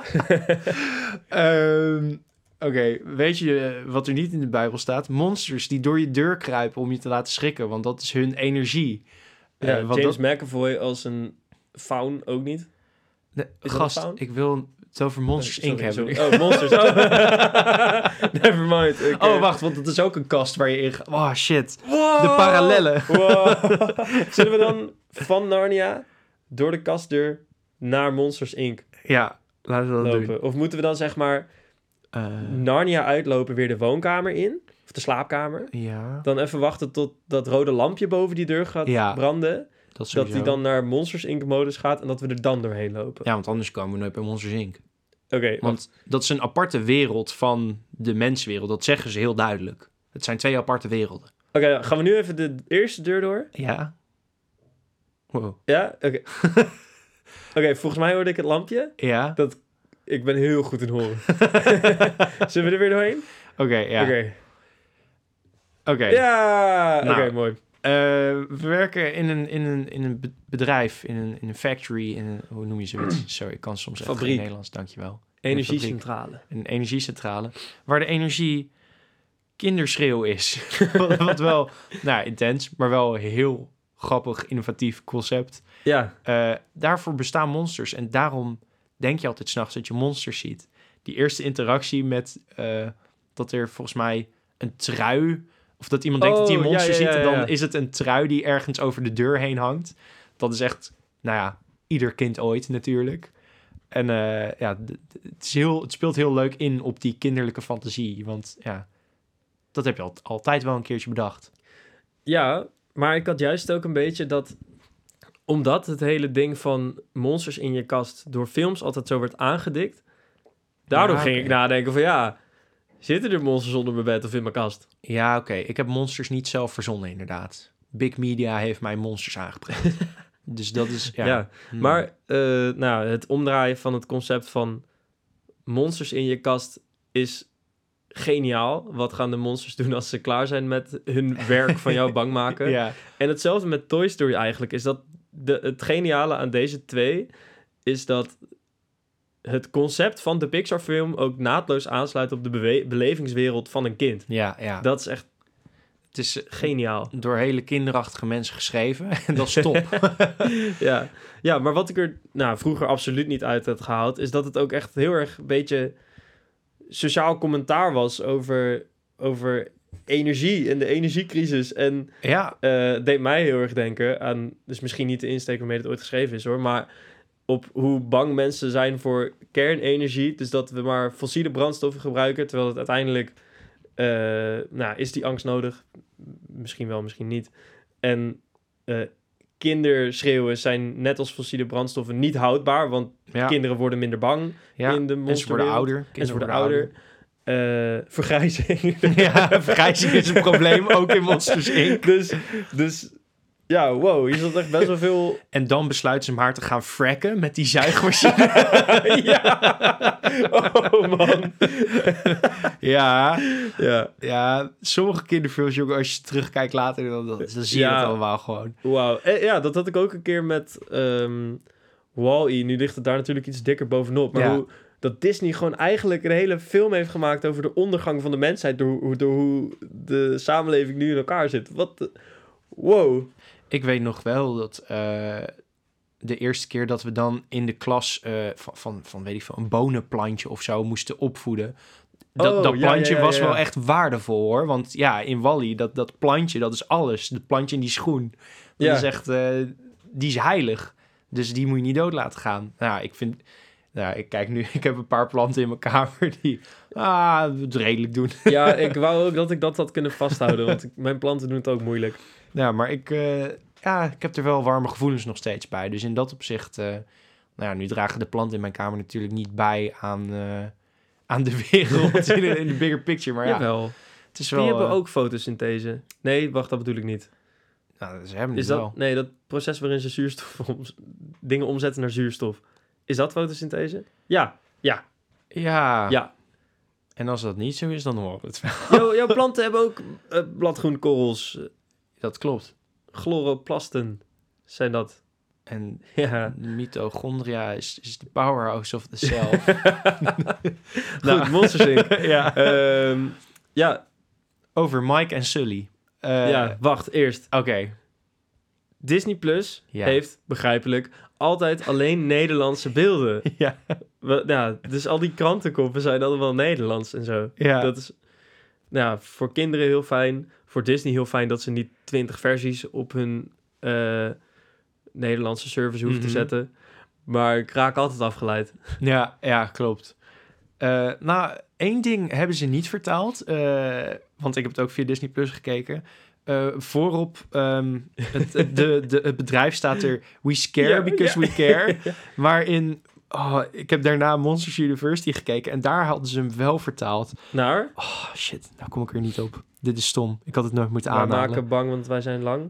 Oké, weet je wat er niet in de Bijbel staat? Monsters die door je deur kruipen om je te laten schrikken, want dat is hun energie. Ja, James McAvoy als een faun ook niet? Nee, gast, ik wil het over Monsters Inc. hebben. Oh, Monsters. Oh. Nevermind. Okay. Oh, wacht, want het is ook een kast waar je in gaat. Oh, shit. Wow. De parallellen. Wow. Zullen we dan van Narnia door de kastdeur naar Monsters Inc. Ja, laten we dat lopen? Doen. Of moeten we dan zeg maar Narnia uitlopen, weer de woonkamer in? Of de slaapkamer? Ja. Dan even wachten tot dat rode lampje boven die deur gaat branden. Dat die dan naar Monsters Inc. modus gaat en dat we er dan doorheen lopen. Ja, want anders komen we nooit bij Monsters Inc. Oké. Want dat is een aparte wereld van de menswereld. Dat zeggen ze heel duidelijk. Het zijn 2 aparte werelden. Oké, gaan we nu even de eerste deur door? Ja. Wow. Ja? Oké. Oké, volgens mij hoorde ik het lampje. Ja. Ik ben heel goed in horen. Zullen we er weer doorheen? Oké, ja. Oké. Ja! Nou, oké, mooi. We werken in een bedrijf, in een factory, hoe noem je zoiets? Sorry, ik kan soms even geen Nederlands, dankjewel. Energiecentrale. Een energiecentrale, waar de energie kinderschreeuw is. Wat wel, intens, maar wel heel grappig, innovatief concept. Ja. Daarvoor bestaan monsters en daarom denk je altijd 's nachts dat je monsters ziet. Die eerste interactie met dat er volgens mij een trui... Of dat iemand denkt dat hij een monster ziet... en dan is het een trui die ergens over de deur heen hangt. Dat is echt, ieder kind ooit natuurlijk. En het speelt heel leuk in op die kinderlijke fantasie. Want dat heb je altijd wel een keertje bedacht. Ja, maar ik had juist ook een beetje dat... Omdat het hele ding van monsters in je kast door films altijd zo werd aangedikt... Daardoor ging ik nadenken van zitten er monsters onder mijn bed of in mijn kast? Ja, oké. Ik heb monsters niet zelf verzonnen, inderdaad. Big Media heeft mij monsters aangebracht. Dus dat is... Maar het omdraaien van het concept van monsters in je kast is geniaal. Wat gaan de monsters doen als ze klaar zijn met hun werk van jou bang maken? Ja. En hetzelfde met Toy Story eigenlijk. Is dat het geniale aan deze 2 is dat het concept van de Pixar-film ook naadloos aansluit op de belevingswereld van een kind. Ja. Dat is echt... Het is geniaal. Door hele kinderachtige mensen geschreven. En dat is top. Ja, maar wat ik er vroeger absoluut niet uit had gehaald... is dat het ook echt heel erg een beetje sociaal commentaar was over energie en de energiecrisis. En deed mij heel erg denken aan... Dus misschien niet de insteek waarmee het ooit geschreven is hoor, maar... op hoe bang mensen zijn voor kernenergie. Dus dat we maar fossiele brandstoffen gebruiken... terwijl het uiteindelijk... is die angst nodig? Misschien wel, misschien niet. En kinderschreeuwen zijn net als fossiele brandstoffen niet houdbaar... want kinderen worden minder bang in de monsterwereld. En ze worden ouder. En ze worden ouder. Vergrijzing. Vergrijzing is een probleem, ook in Monsters Inc. Dus Ja, wow, hier zat echt best wel veel... En dan besluiten ze maar te gaan fracken met die zuigmachine. Ja. Oh, man. Ja, sommige kinderfilms, jongen, als je terugkijkt later, dan zie je het allemaal gewoon. Wauw. Ja, dat had ik ook een keer met Wall-E. Nu ligt het daar natuurlijk iets dikker bovenop. Maar hoe dat Disney gewoon eigenlijk een hele film heeft gemaakt over de ondergang van de mensheid door hoe de samenleving nu in elkaar zit. Wow. Ik weet nog wel dat de eerste keer dat we dan in de klas van weet ik veel, een bonenplantje of zo moesten opvoeden. Dat plantje was wel echt waardevol, hoor. Want ja, in Wall-E, dat plantje, dat is alles. Dat plantje in die schoen, dat is echt, die is heilig. Dus die moet je niet dood laten gaan. Nou, ik kijk nu, ik heb een paar planten in mijn kamer die het redelijk doen. Ja, ik wou ook dat ik dat had kunnen vasthouden, want mijn planten doen het ook moeilijk. Ja, maar ik heb er wel warme gevoelens nog steeds bij. Dus in dat opzicht, nu dragen de planten in mijn kamer natuurlijk niet bij aan de wereld in de bigger picture. Maar Jawel. Het is wel, die hebben ook fotosynthese. Nee, wacht, dat bedoel ik niet. Nou, ze hebben is het dat, wel. Nee, dat proces waarin ze dingen omzetten naar zuurstof. Is dat fotosynthese? Ja. En als dat niet zo is, dan horen we het wel. Jouw planten hebben ook bladgroenkorrels. Dat klopt. Chloroplasten zijn dat. En mitochondria is de powerhouse of the cell. Goed, Monsters Inc. Over Mike en Sully. Wacht, eerst. Oké. Disney Plus heeft, begrijpelijk, altijd alleen Nederlandse beelden. Dus al die krantenkoppen zijn allemaal Nederlands en zo. Ja. Dat is voor kinderen heel fijn. Voor Disney heel fijn dat ze niet 20 versies op hun Nederlandse service hoeven te zetten. Maar ik raak altijd afgeleid. Ja, klopt. Één ding hebben ze niet vertaald. Want ik heb het ook via Disney Plus gekeken. Voorop het bedrijf staat er: we scare because we care. Maar ik heb daarna Monsters University gekeken en daar hadden ze hem wel vertaald. Naar? Oh shit, nou kom ik er niet op. Dit is stom. Ik had het nooit moeten aanhalen. Wij maken bang, want wij zijn lang.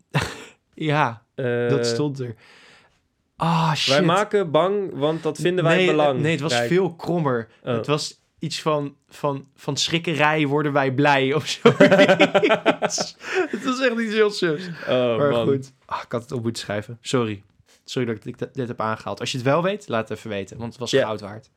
Dat stond er. Shit. Wij maken bang, want dat vinden wij belangrijk. Nee, het was veel krommer. Oh. Het was iets van schrikkerij worden wij blij of zo. Het was echt iets heel subs. Maar man. Goed. Ik had het op moeten schrijven. Sorry dat ik dit heb aangehaald. Als je het wel weet, laat het even weten. Want het was goud waard.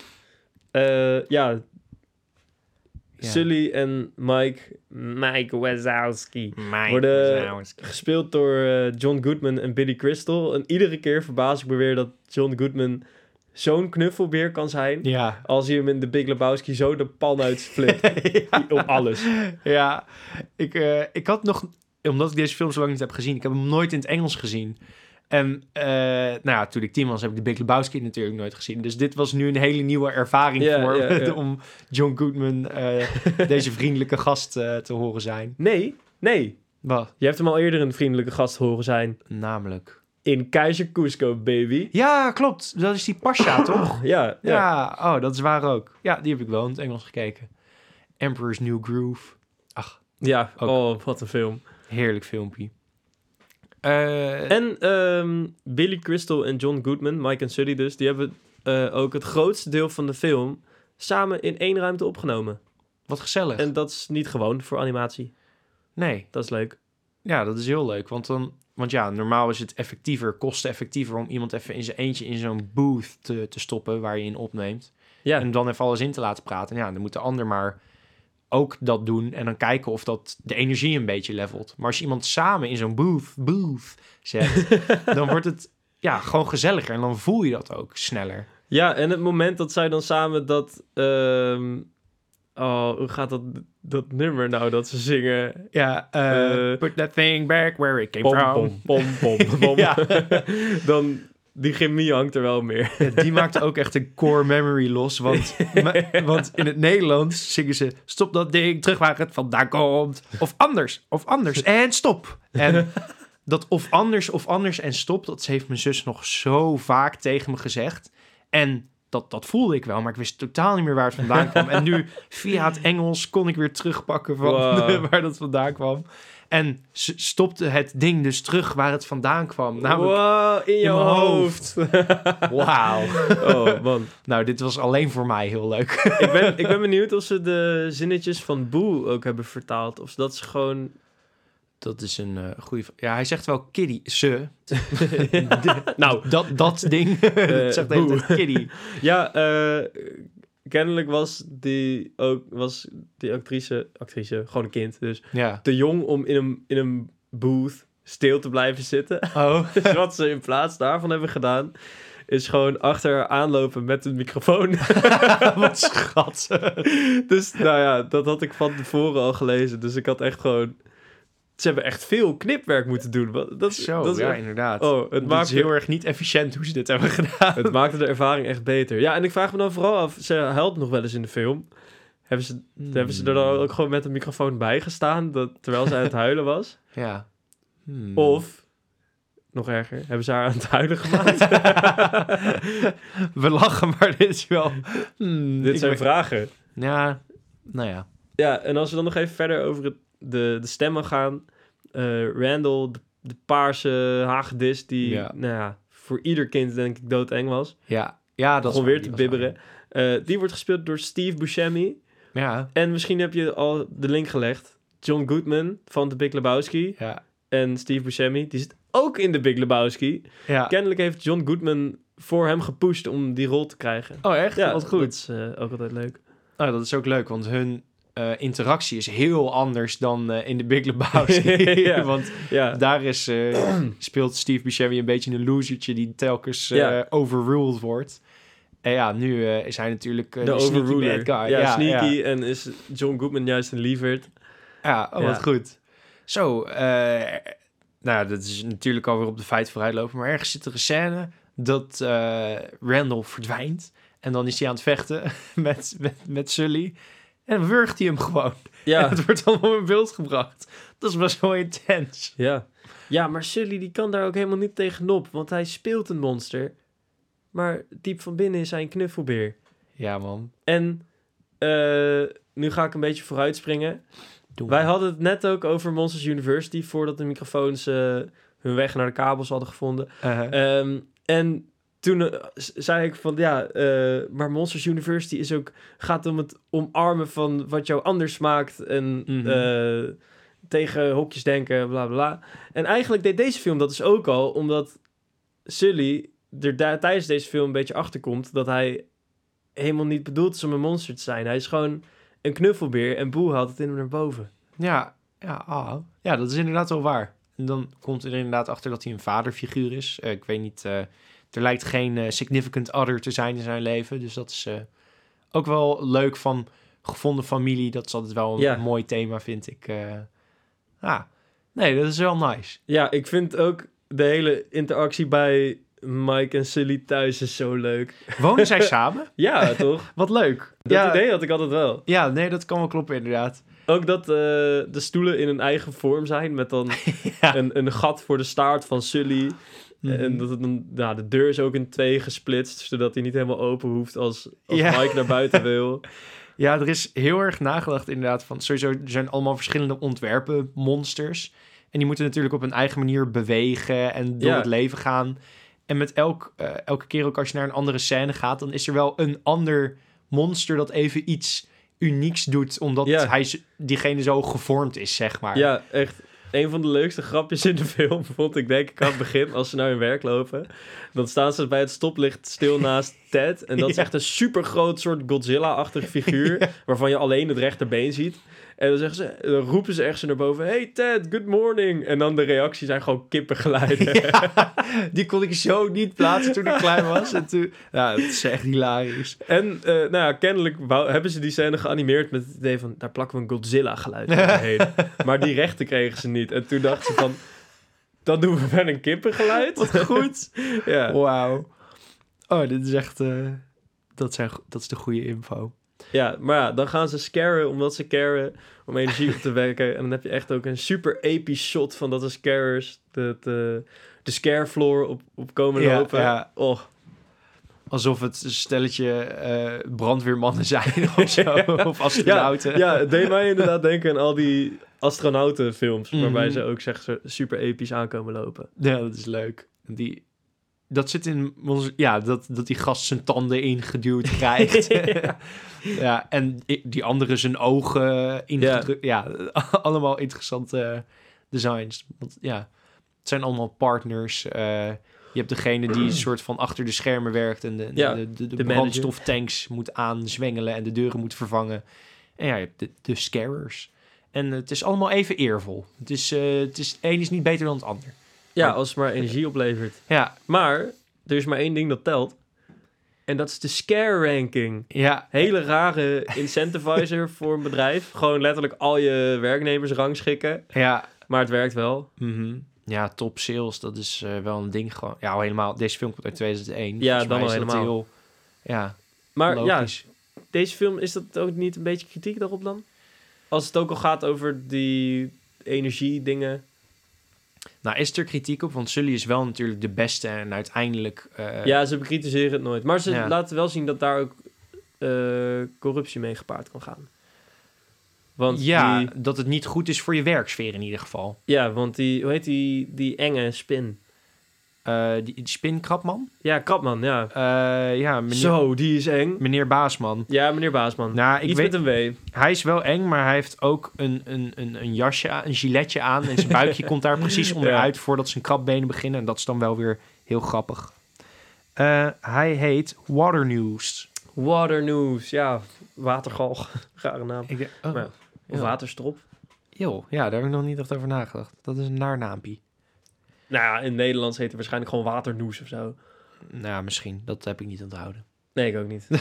Sully en Mike Wazowski worden gespeeld door John Goodman en Billy Crystal. En iedere keer verbaas ik me weer dat John Goodman zo'n knuffelbeer kan zijn. Ja. Als hij hem in The Big Lebowski zo de pan uitflipt. Op alles. Ja, ik had nog... Omdat ik deze film zo lang niet heb gezien. Ik heb hem nooit in het Engels gezien. En toen ik 10 was, heb ik The Big Lebowski natuurlijk nooit gezien. Dus dit was nu een hele nieuwe ervaring voor me. Om John Goodman deze vriendelijke gast te horen zijn. Nee. Wat? Je hebt hem al eerder een vriendelijke gast horen zijn. Namelijk? In Keizer Cusco, baby. Ja, klopt. Dat is die Pasha, toch? Ja. Dat is waar ook. Ja, die heb ik wel in het Engels gekeken. Emperor's New Groove. Ach. Ja, wat een film. Heerlijk filmpje. Billy Crystal en John Goodman, Mike en Sully dus, die hebben ook het grootste deel van de film samen in 1 ruimte opgenomen. Wat gezellig. En dat is niet gewoon voor animatie. Nee. Dat is leuk. Ja, dat is heel leuk. Want normaal is het kosteneffectiever om iemand even in zijn eentje in zo'n booth te stoppen waar je in opneemt. Ja. En dan even alles in te laten praten. Ja, dan moet de ander maar ook dat doen en dan kijken of dat de energie een beetje levelt. Maar als je iemand samen in zo'n booth zet, dan wordt het gewoon gezelliger en dan voel je dat ook sneller. Ja, en het moment dat zij dan samen dat... hoe gaat dat nummer nou dat ze zingen? Ja, put that thing back where it came from. Pom. Ja. Dan... Die chemie hangt er wel meer. Ja, die maakt ook echt een core memory los. Want in het Nederlands zingen ze... Stop dat ding, terug waar het vandaan komt. Of anders en stop. En dat of anders en stop... dat heeft mijn zus nog zo vaak tegen me gezegd. En dat voelde ik wel, maar ik wist totaal niet meer waar het vandaan kwam. En nu, via het Engels, kon ik weer terugpakken van waar dat vandaan kwam. En ze stopte het ding dus terug waar het vandaan kwam. Namelijk wow, in je mijn hoofd. Wauw. Oh, man. Nou, dit was alleen voor mij heel leuk. Ik ben benieuwd of ze de zinnetjes van Boo ook hebben vertaald. Of dat ze gewoon... Dat is een goede... Ja, hij zegt wel kiddie. Ze. Nou. Dat ding. Het zegt Boo. even kiddie. Ja, kennelijk was die actrice, gewoon een kind, dus Ja. te jong om in een booth stil te blijven zitten. Oh. Dus wat ze in plaats daarvan hebben gedaan, is gewoon achter haar aanlopen met een microfoon. Wat schat. Dus nou ja, dat had ik van tevoren al gelezen. Dus ik had echt gewoon... Ze hebben echt veel knipwerk moeten doen. Dat is ja, echt... inderdaad. Oh, het maakt heel erg niet efficiënt hoe ze dit hebben gedaan. Het maakte de ervaring echt beter. Ja, en ik vraag me dan vooral af, ze huilt nog wel eens in de film. Hebben ze er dan ook gewoon met een microfoon bij gestaan, terwijl ze aan het huilen was? Ja. Of, nog erger, hebben ze haar aan het huilen gemaakt? We lachen, maar dit is wel... Dit zijn vragen. Ja, nou ja. Ja, en als we dan nog even verder over de stemmen gaan. Randall, de paarse hagedis, die nou ja, voor ieder kind denk ik doodeng was. Ja, dat gewoon weer te bibberen. Die wordt gespeeld door Steve Buscemi. Ja. En misschien heb je al de link gelegd. John Goodman van The Big Lebowski. Ja. En Steve Buscemi, die zit ook in The Big Lebowski. Ja. Kennelijk heeft John Goodman voor hem gepusht om die rol te krijgen. Oh, echt? Ja, wat goed. Dat is ook altijd leuk. Oh, dat is ook leuk, want hun interactie is heel anders dan in The Big Lebowski. Ja. Want daar speelt Steve Buscemi een beetje een losertje die telkens overruled wordt. En ja, nu is hij natuurlijk de overruler. Bad guy. Ja, sneaky en is John Goodman juist een lieverd. Ja, wat goed. Zo, nou, dat is natuurlijk alweer op de feit vooruitlopen, maar ergens zit er een scène dat Randall verdwijnt en dan is hij aan het vechten met Sully en dan wurgt hij hem gewoon. Ja. En het wordt allemaal in beeld gebracht. Dat is best wel intens. Ja, maar Sully die kan daar ook helemaal niet tegenop, want hij speelt een monster, maar diep van binnen is hij een knuffelbeer. Ja, man. En nu ga ik een beetje vooruitspringen. Wij hadden het net ook over Monsters University voordat de microfoons hun weg naar de kabels hadden gevonden. En toen zei ik van maar Monsters University gaat om het omarmen van wat jou anders maakt en tegen hokjes denken, bla bla. En eigenlijk deed deze film dat dus ook al, omdat Sully er tijdens deze film een beetje achterkomt dat hij helemaal niet bedoeld is om een monster te zijn. Hij is gewoon een knuffelbeer en Boo haalt het in hem naar boven. Ja, dat is inderdaad wel waar. En dan komt er inderdaad achter dat hij een vaderfiguur is. Ik weet niet, er lijkt geen significant other te zijn in zijn leven. Dus dat is ook wel leuk van gevonden familie. Dat is altijd wel een mooi thema, vind ik. Nee, dat is wel nice. Ja, ik vind ook de hele interactie bij Mike en Sully thuis is zo leuk. Wonen zij samen? Ja, toch? Wat leuk. Dat idee had ik altijd wel. Ja, nee, dat kan wel kloppen inderdaad. Ook dat de stoelen in een eigen vorm zijn met dan een gat voor de staart van Sully. En dat het dan, de deur is ook in 2 gesplitst, zodat hij niet helemaal open hoeft als Mike naar buiten wil. Ja, er is heel erg nagedacht inderdaad van, sowieso, er zijn allemaal verschillende ontwerpen monsters. En die moeten natuurlijk op een eigen manier bewegen en door het leven gaan. En met elke keer ook als je naar een andere scène gaat, dan is er wel een ander monster dat even iets unieks doet, omdat diegene zo gevormd is, zeg maar. Ja, echt. Een van de leukste grapjes in de film vond ik denk ik aan het begin, als ze naar hun werk lopen. Dan staan ze bij het stoplicht stil naast Ted. En dat is echt een super groot soort Godzilla-achtig figuur, waarvan je alleen het rechterbeen ziet. En dan roepen ze echt zo naar boven, hey Ted, good morning. En dan de reacties zijn gewoon kippengeluiden. Ja, die kon ik zo niet plaatsen toen ik klein was. En toen, het is echt hilarisch. En kennelijk hebben ze die scène geanimeerd met het idee van, daar plakken we een Godzilla-geluid overheen. Maar die rechten kregen ze niet. En toen dachten ze van, dan doen we wel een kippengeluid. Wat goed. Ja. Wauw. Oh, dit is echt, dat is de goede info. Ja, maar dan gaan ze scaren omdat ze caren om energie op te wekken. En dan heb je echt ook een super episch shot van dat de scarers de scare floor op komen lopen. Ja. Oh. Alsof het een stelletje brandweermannen zijn of zo, of astronauten. Ja, het deed mij inderdaad denken aan astronautenfilms, waarbij ze ook super episch aankomen lopen. Ja, dat is leuk. Dat zit in ons... Ja, dat die gast zijn tanden ingeduwd krijgt. Ja, en die andere zijn ogen ingedrukt. Ja, allemaal interessante designs. Want ja, het zijn allemaal partners. Je hebt degene die een soort van achter de schermen werkt en de brandstoftanks moet aanzwengelen en de deuren moet vervangen. En ja, je hebt de scarers. En het is allemaal even eervol. Het is één is niet beter dan het ander. Ja, als het maar energie oplevert. Ja. Maar er is maar één ding dat telt. En dat is de scare ranking. Ja. Hele rare incentivizer voor een bedrijf. Gewoon letterlijk al je werknemers rangschikken. Ja. Maar het werkt wel. Mm-hmm. Ja, top sales, dat is wel een ding gewoon. Ja, al helemaal. Deze film komt uit 2001. Ja, dan al helemaal. Heel, ja, maar logisch. Ja, deze film, is dat ook niet een beetje kritiek daarop dan? Als het ook al gaat over die energiedingen. Nou, is er kritiek op? Want Sully is wel natuurlijk de beste en uiteindelijk... Ja, ze bekritiseren het nooit. Maar ze laten wel zien dat daar ook corruptie mee gepaard kan gaan. Want ja, dat het niet goed is voor je werksfeer in ieder geval. Ja, want hoe heet die enge spin? Die spin Krabman? Ja, Krabman, ja. Ja, Zo, die is eng. Meneer Baasman. Ja, meneer Baasman. Nou, Iets met een W. Hij is wel eng, maar hij heeft ook een jasje aan, een giletje aan. En zijn buikje komt daar precies onderuit voordat zijn krabbenen beginnen. En dat is dan wel weer heel grappig. Hij heet Waternoose. Waternoose, ja. Watergalg. Rare naam. Of ja. waterstrop. Jo, ja, daar heb ik nog niet echt over nagedacht. Dat is een naar naampie. Nou ja, in het Nederlands heet het waarschijnlijk gewoon waternoes of zo. Nou, misschien. Dat heb ik niet onthouden. Nee, ik ook niet.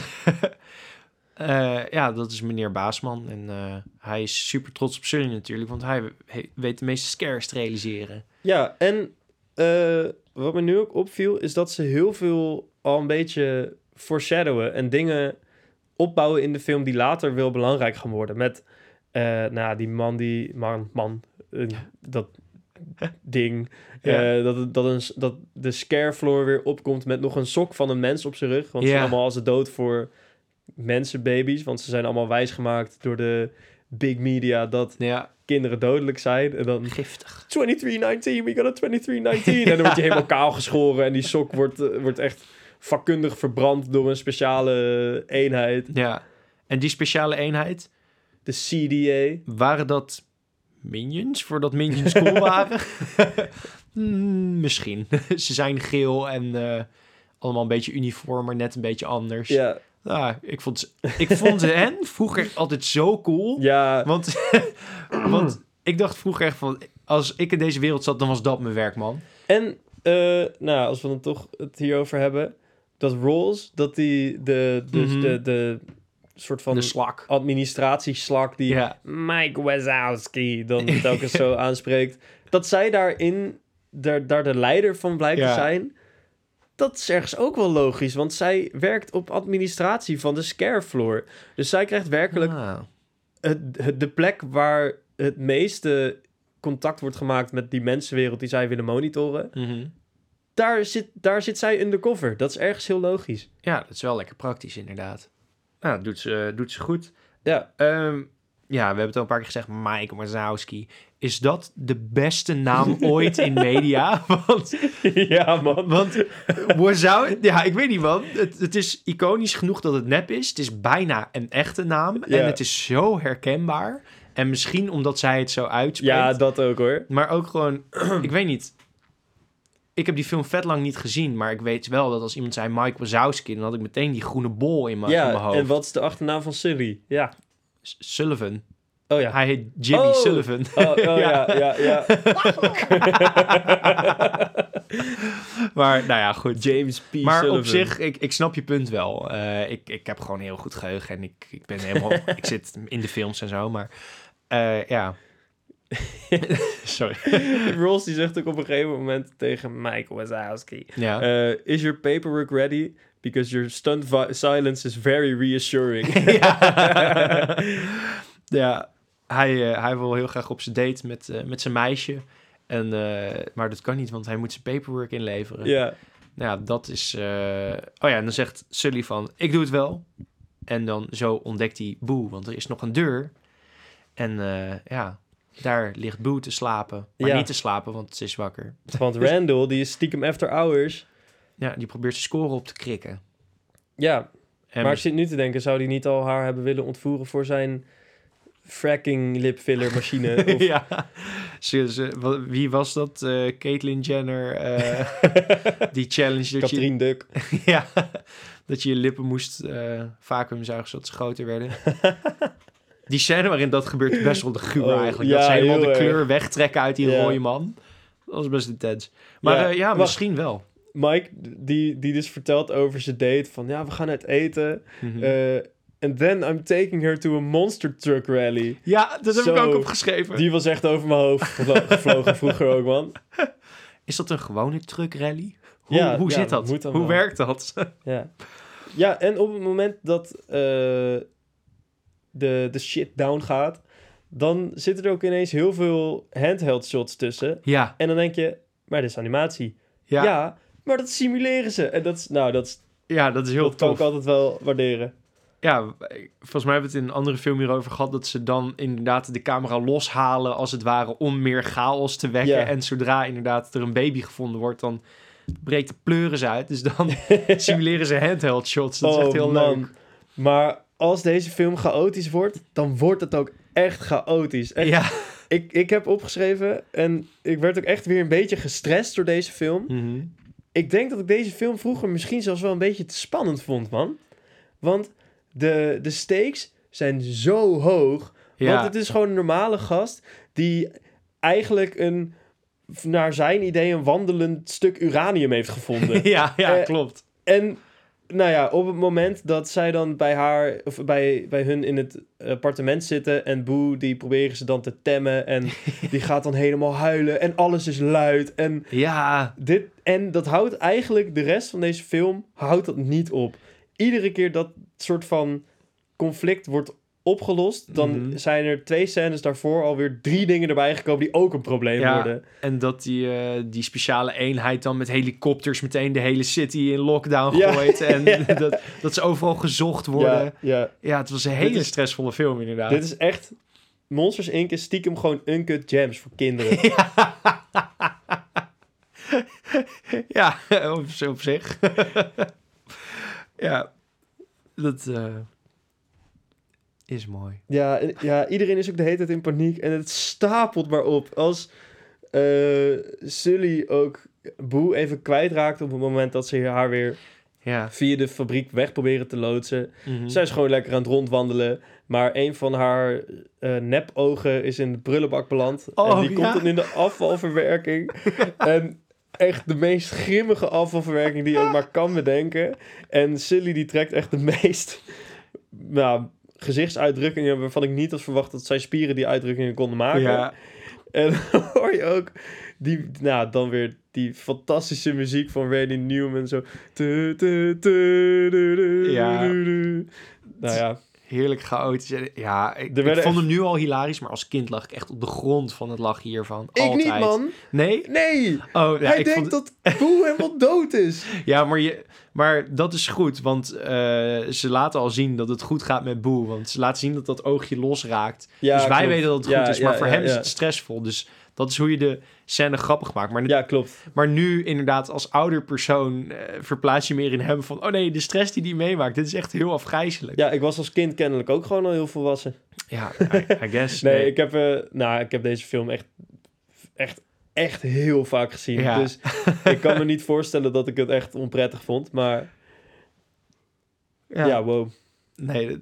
Ja, dat is meneer Baasman. En hij is super trots op Sully natuurlijk, want hij weet de meeste scares te realiseren. Ja, en wat me nu ook opviel, is dat ze heel veel al een beetje foreshadowen en dingen opbouwen in de film die later wel belangrijk gaan worden. Met, die man, dat ding. Ja. Dat de scarefloor weer opkomt met nog een sok van een mens op zijn rug. Want ze zijn allemaal als de dood voor mensenbaby's. Want ze zijn allemaal wijsgemaakt door de big media dat kinderen dodelijk zijn. En dan giftig. 2319, we got a 2319. En dan word je helemaal kaal geschoren. En die sok wordt echt vakkundig verbrand door een speciale eenheid. Ja, en die speciale eenheid? De CDA. Waren dat Minions, voordat Minions cool waren? Misschien. Ze zijn geel en allemaal een beetje uniform, maar net een beetje anders. Ja. Nou, ik vond hen vroeger altijd zo cool. Ja. Want ik dacht vroeger echt van, als ik in deze wereld zat, dan was dat mijn werk, man. En, als we dan toch het hierover hebben, dat Rolls, dat die de soort van de slak. administratieslak die Mike Wazowski dan telkens zo aanspreekt, dat zij daarin daar de leider van blijkt te zijn. Dat is ergens ook wel logisch, want zij werkt op administratie van de scarefloor. Dus zij krijgt werkelijk de plek waar het meeste contact wordt gemaakt met die mensenwereld die zij willen monitoren. Mm-hmm. Daar zit zij undercover. Dat is ergens heel logisch. Ja, dat is wel lekker praktisch inderdaad. Nou, doet ze goed. Ja. We hebben het al een paar keer gezegd. Mike Wazowski. Is dat de beste naam ooit in media? Ja, man. Want ja, ik weet niet, man. Het is iconisch genoeg dat het nep is. Het is bijna een echte naam. Ja. En het is zo herkenbaar. En misschien omdat zij het zo uitspreekt. Ja, dat ook, hoor. Maar ook gewoon, ik weet niet. Ik heb die film vet lang niet gezien, maar ik weet wel dat als iemand zei Mike Wazowski, dan had ik meteen die groene bol in mijn hoofd. En wat is de achternaam van Sully? Ja. Sullivan. Oh ja. Hij heet Jimmy Sullivan. Ja. Maar, nou ja, goed. James P. Maar Sullivan. op zich, ik snap je punt wel. Ik heb gewoon een heel goed geheugen en ik ben helemaal... ik zit in de films en zo, maar ja... Sorry. Rolls die zegt ook op een gegeven moment tegen Mike Wazowski. Ja. Is your paperwork ready? Because your stunned silence is very reassuring. Ja, hij wil heel graag op zijn date met zijn meisje. Maar dat kan niet, want hij moet zijn paperwork inleveren. Ja. Nou ja, dat is... en dan zegt Sully van, ik doe het wel. En dan zo ontdekt hij, boe, want er is nog een deur. En Daar ligt Boo te slapen. Maar niet te slapen, want ze is wakker. Want Randall, die is stiekem after hours. Ja, die probeert zijn score op te krikken. Ja, En maar ik zit nu te denken, zou die niet al haar hebben willen ontvoeren voor zijn fracking lipfiller machine? Of... ja. Wie was dat? Caitlyn Jenner. Die challenge dat Katrien Duk. ja, dat je je lippen moest vacuümzuigen zodat ze groter werden. Die scène waarin dat gebeurt best wel de gruwel eigenlijk. Dat ze helemaal de kleur wegtrekken uit die rode man. Dat was best intens. Maar misschien wel. Mike, die dus vertelt over zijn date van... Ja, we gaan uit eten. And then I'm taking her to a monster truck rally. Ja, dat heb ik ook opgeschreven. Die was echt over mijn hoofd gevlogen vroeger ook, man. Is dat een gewone truck rally? Hoe zit dat? Hoe werkt dat? Ja, en op het moment dat de shit down gaat... dan zitten er ook ineens heel veel handheld shots tussen. Ja. En dan denk je, maar dit is animatie. Ja, maar dat simuleren ze. En dat is heel tof. Dat kan ik altijd wel waarderen. Ja, volgens mij hebben we het in een andere film hierover gehad... dat ze dan inderdaad de camera loshalen als het ware... om meer chaos te wekken. Ja. En zodra inderdaad er een baby gevonden wordt... dan breekt de pleuris uit. Dus dan simuleren ze handheld shots. Dat is echt heel leuk. Maar als deze film chaotisch wordt... dan wordt het ook echt chaotisch. Echt, ja. Ik heb opgeschreven... en ik werd ook echt weer een beetje gestrest door deze film. Mm-hmm. Ik denk dat ik deze film vroeger misschien zelfs wel een beetje te spannend vond, man. Want... De stakes zijn zo hoog. Ja. Want het is gewoon een normale gast... die eigenlijk naar zijn idee... een wandelend stuk uranium heeft gevonden. ja, klopt. En nou ja, op het moment dat zij dan bij haar... of bij hun in het appartement zitten... en Boo, die proberen ze dan te temmen... en die gaat dan helemaal huilen... en alles is luid. En, en dat houdt eigenlijk... de rest van deze film houdt dat niet op. Iedere keer dat soort van conflict wordt opgelost... dan zijn er 2 scènes daarvoor alweer 3 dingen erbij gekomen... die ook een probleem worden. En dat die speciale eenheid dan met helikopters... meteen de hele city in lockdown gooit... en dat ze overal gezocht worden. Ja, het was een hele stressvolle film inderdaad. Dit is echt... Monsters Inc. is stiekem gewoon uncut gems voor kinderen. ja, op zich. Ja, dat is mooi. Ja, iedereen is ook de hele tijd in paniek. En het stapelt maar op. Als Sully ook Boo even kwijtraakt... op het moment dat ze haar weer via de fabriek weg proberen te loodsen. Mm-hmm. Zij is gewoon lekker aan het rondwandelen. Maar een van haar nepogen is in de prullenbak beland. En die komt dan in de afvalverwerking. En... echt de meest grimmige afvalverwerking die je ook maar kan bedenken. En Sully die trekt echt de meest gezichtsuitdrukkingen... waarvan ik niet had verwacht dat zijn spieren die uitdrukkingen konden maken. Ja. En dan hoor je ook dan weer die fantastische muziek van Randy Newman. Zo. Nou ja. Heerlijk chaotisch. Ja, ik vond hem nu al hilarisch, maar als kind lag ik echt op de grond van het lachen hiervan. Ik niet, man. Nee? Nee. Oh, ja, hij denkt dat Boo helemaal dood is. Ja, maar dat is goed, want ze laten al zien dat het goed gaat met Boo. Want ze laten zien dat dat oogje losraakt. Ja, dus wij weten dat het goed is, maar voor hem is het stressvol. Dus dat is hoe je de scène grappig maakt. Maar klopt. Maar nu inderdaad als ouder persoon verplaats je meer in hem van... oh nee, de stress die hij meemaakt, dit is echt heel afgrijzelijk. Ja, ik was als kind kennelijk ook gewoon al heel volwassen. Ja, I guess. Nee, ik heb deze film echt heel vaak gezien. Ja. Dus ik kan me niet voorstellen dat ik het echt onprettig vond. Maar ja wow. Nee,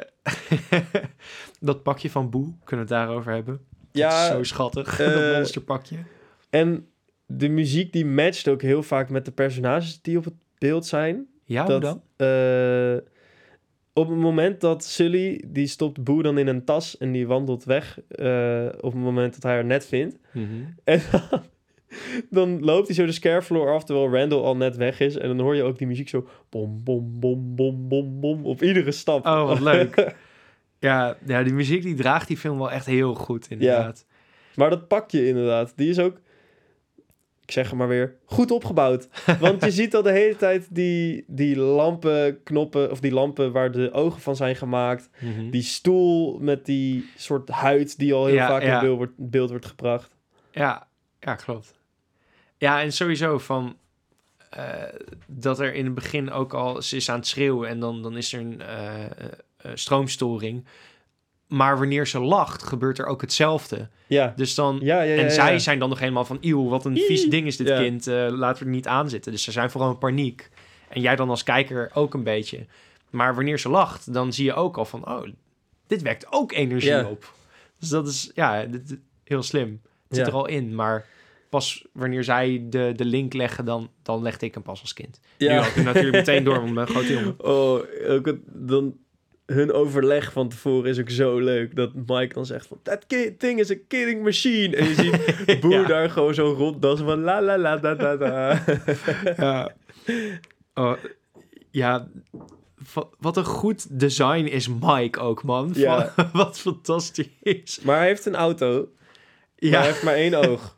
dat pakje van Boo, kunnen we het daarover hebben? Ja, zo schattig, dat monsterpakje. En de muziek die matcht ook heel vaak met de personages die op het beeld zijn. Ja, hoe dan? Op het moment dat Sully, die stopt Boo dan in een tas en die wandelt weg. Op het moment dat hij haar net vindt. Mm-hmm. En dan loopt hij zo de scarefloor af, terwijl Randall al net weg is. En dan hoor je ook die muziek zo bom, bom, bom, bom, bom, bom op iedere stap. Oh, wat leuk. Ja, die muziek die draagt die film wel echt heel goed, inderdaad. Ja. Maar dat pakje inderdaad, die is ook... ik zeg het maar weer, goed opgebouwd. Want je ziet al de hele tijd die lampenknoppen, of die lampen waar de ogen van zijn gemaakt. Mhm. Die stoel met die soort huid die al heel vaak in beeld wordt gebracht. Ja, klopt. Ja, en sowieso van dat er in het begin ook al... Ze is aan het schreeuwen en dan is er een stroomstoring. Maar wanneer ze lacht, gebeurt er ook hetzelfde. Ja. Dus dan... En zij zijn dan nog helemaal van... Eeuw, wat een vies ding is dit kind. Laten we er niet aan zitten. Dus ze zijn vooral in paniek. En jij dan als kijker ook een beetje. Maar wanneer ze lacht, dan zie je ook al van... Oh, dit wekt ook energie op. Dus dat is heel slim. Het zit er al in, maar... Pas wanneer zij de link leggen, dan legde ik hem pas als kind. Ja. Nu had ik natuurlijk meteen door, want ik ben een grote jongen. Oh, ook dan hun overleg van tevoren is ook zo leuk. Dat Mike dan zegt van, that thing is a killing machine. En je ziet Boo daar gewoon zo ronddansen van la la la da da da. Ja. Oh, ja, wat een goed design is Mike ook, man. Ja. Wat fantastisch. Maar hij heeft een auto... Ja. Hij heeft maar 1 oog.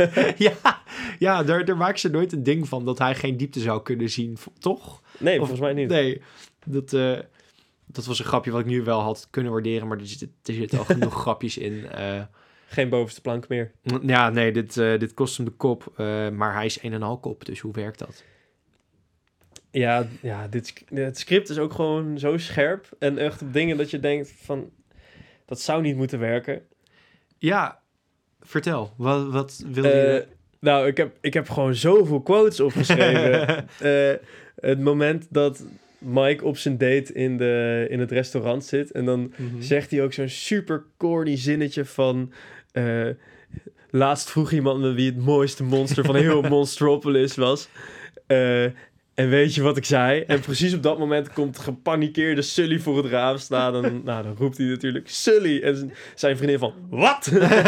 Daar maakt ze nooit een ding van dat hij geen diepte zou kunnen zien, toch? Nee, volgens mij niet. Nee, dat was een grapje wat ik nu wel had kunnen waarderen, maar er zitten al genoeg grapjes in. Geen bovenste plank meer. Ja, nee, dit kost hem de kop, maar hij is 1,5 kop, dus hoe werkt dat? Ja, het script is ook gewoon zo scherp en echt op dingen dat je denkt van, dat zou niet moeten werken. Ja, vertel, wat wil je... Nou, ik heb gewoon zoveel quotes opgeschreven. Het moment dat Mike op zijn date in het restaurant zit... en dan zegt hij ook zo'n super corny zinnetje van... laatst vroeg iemand me wie het mooiste monster van heel Monstropolis was... En weet je wat ik zei? En precies op dat moment komt gepanikeerde Sully voor het raam staan. En dan roept hij natuurlijk Sully. En zijn vriendin van, wat?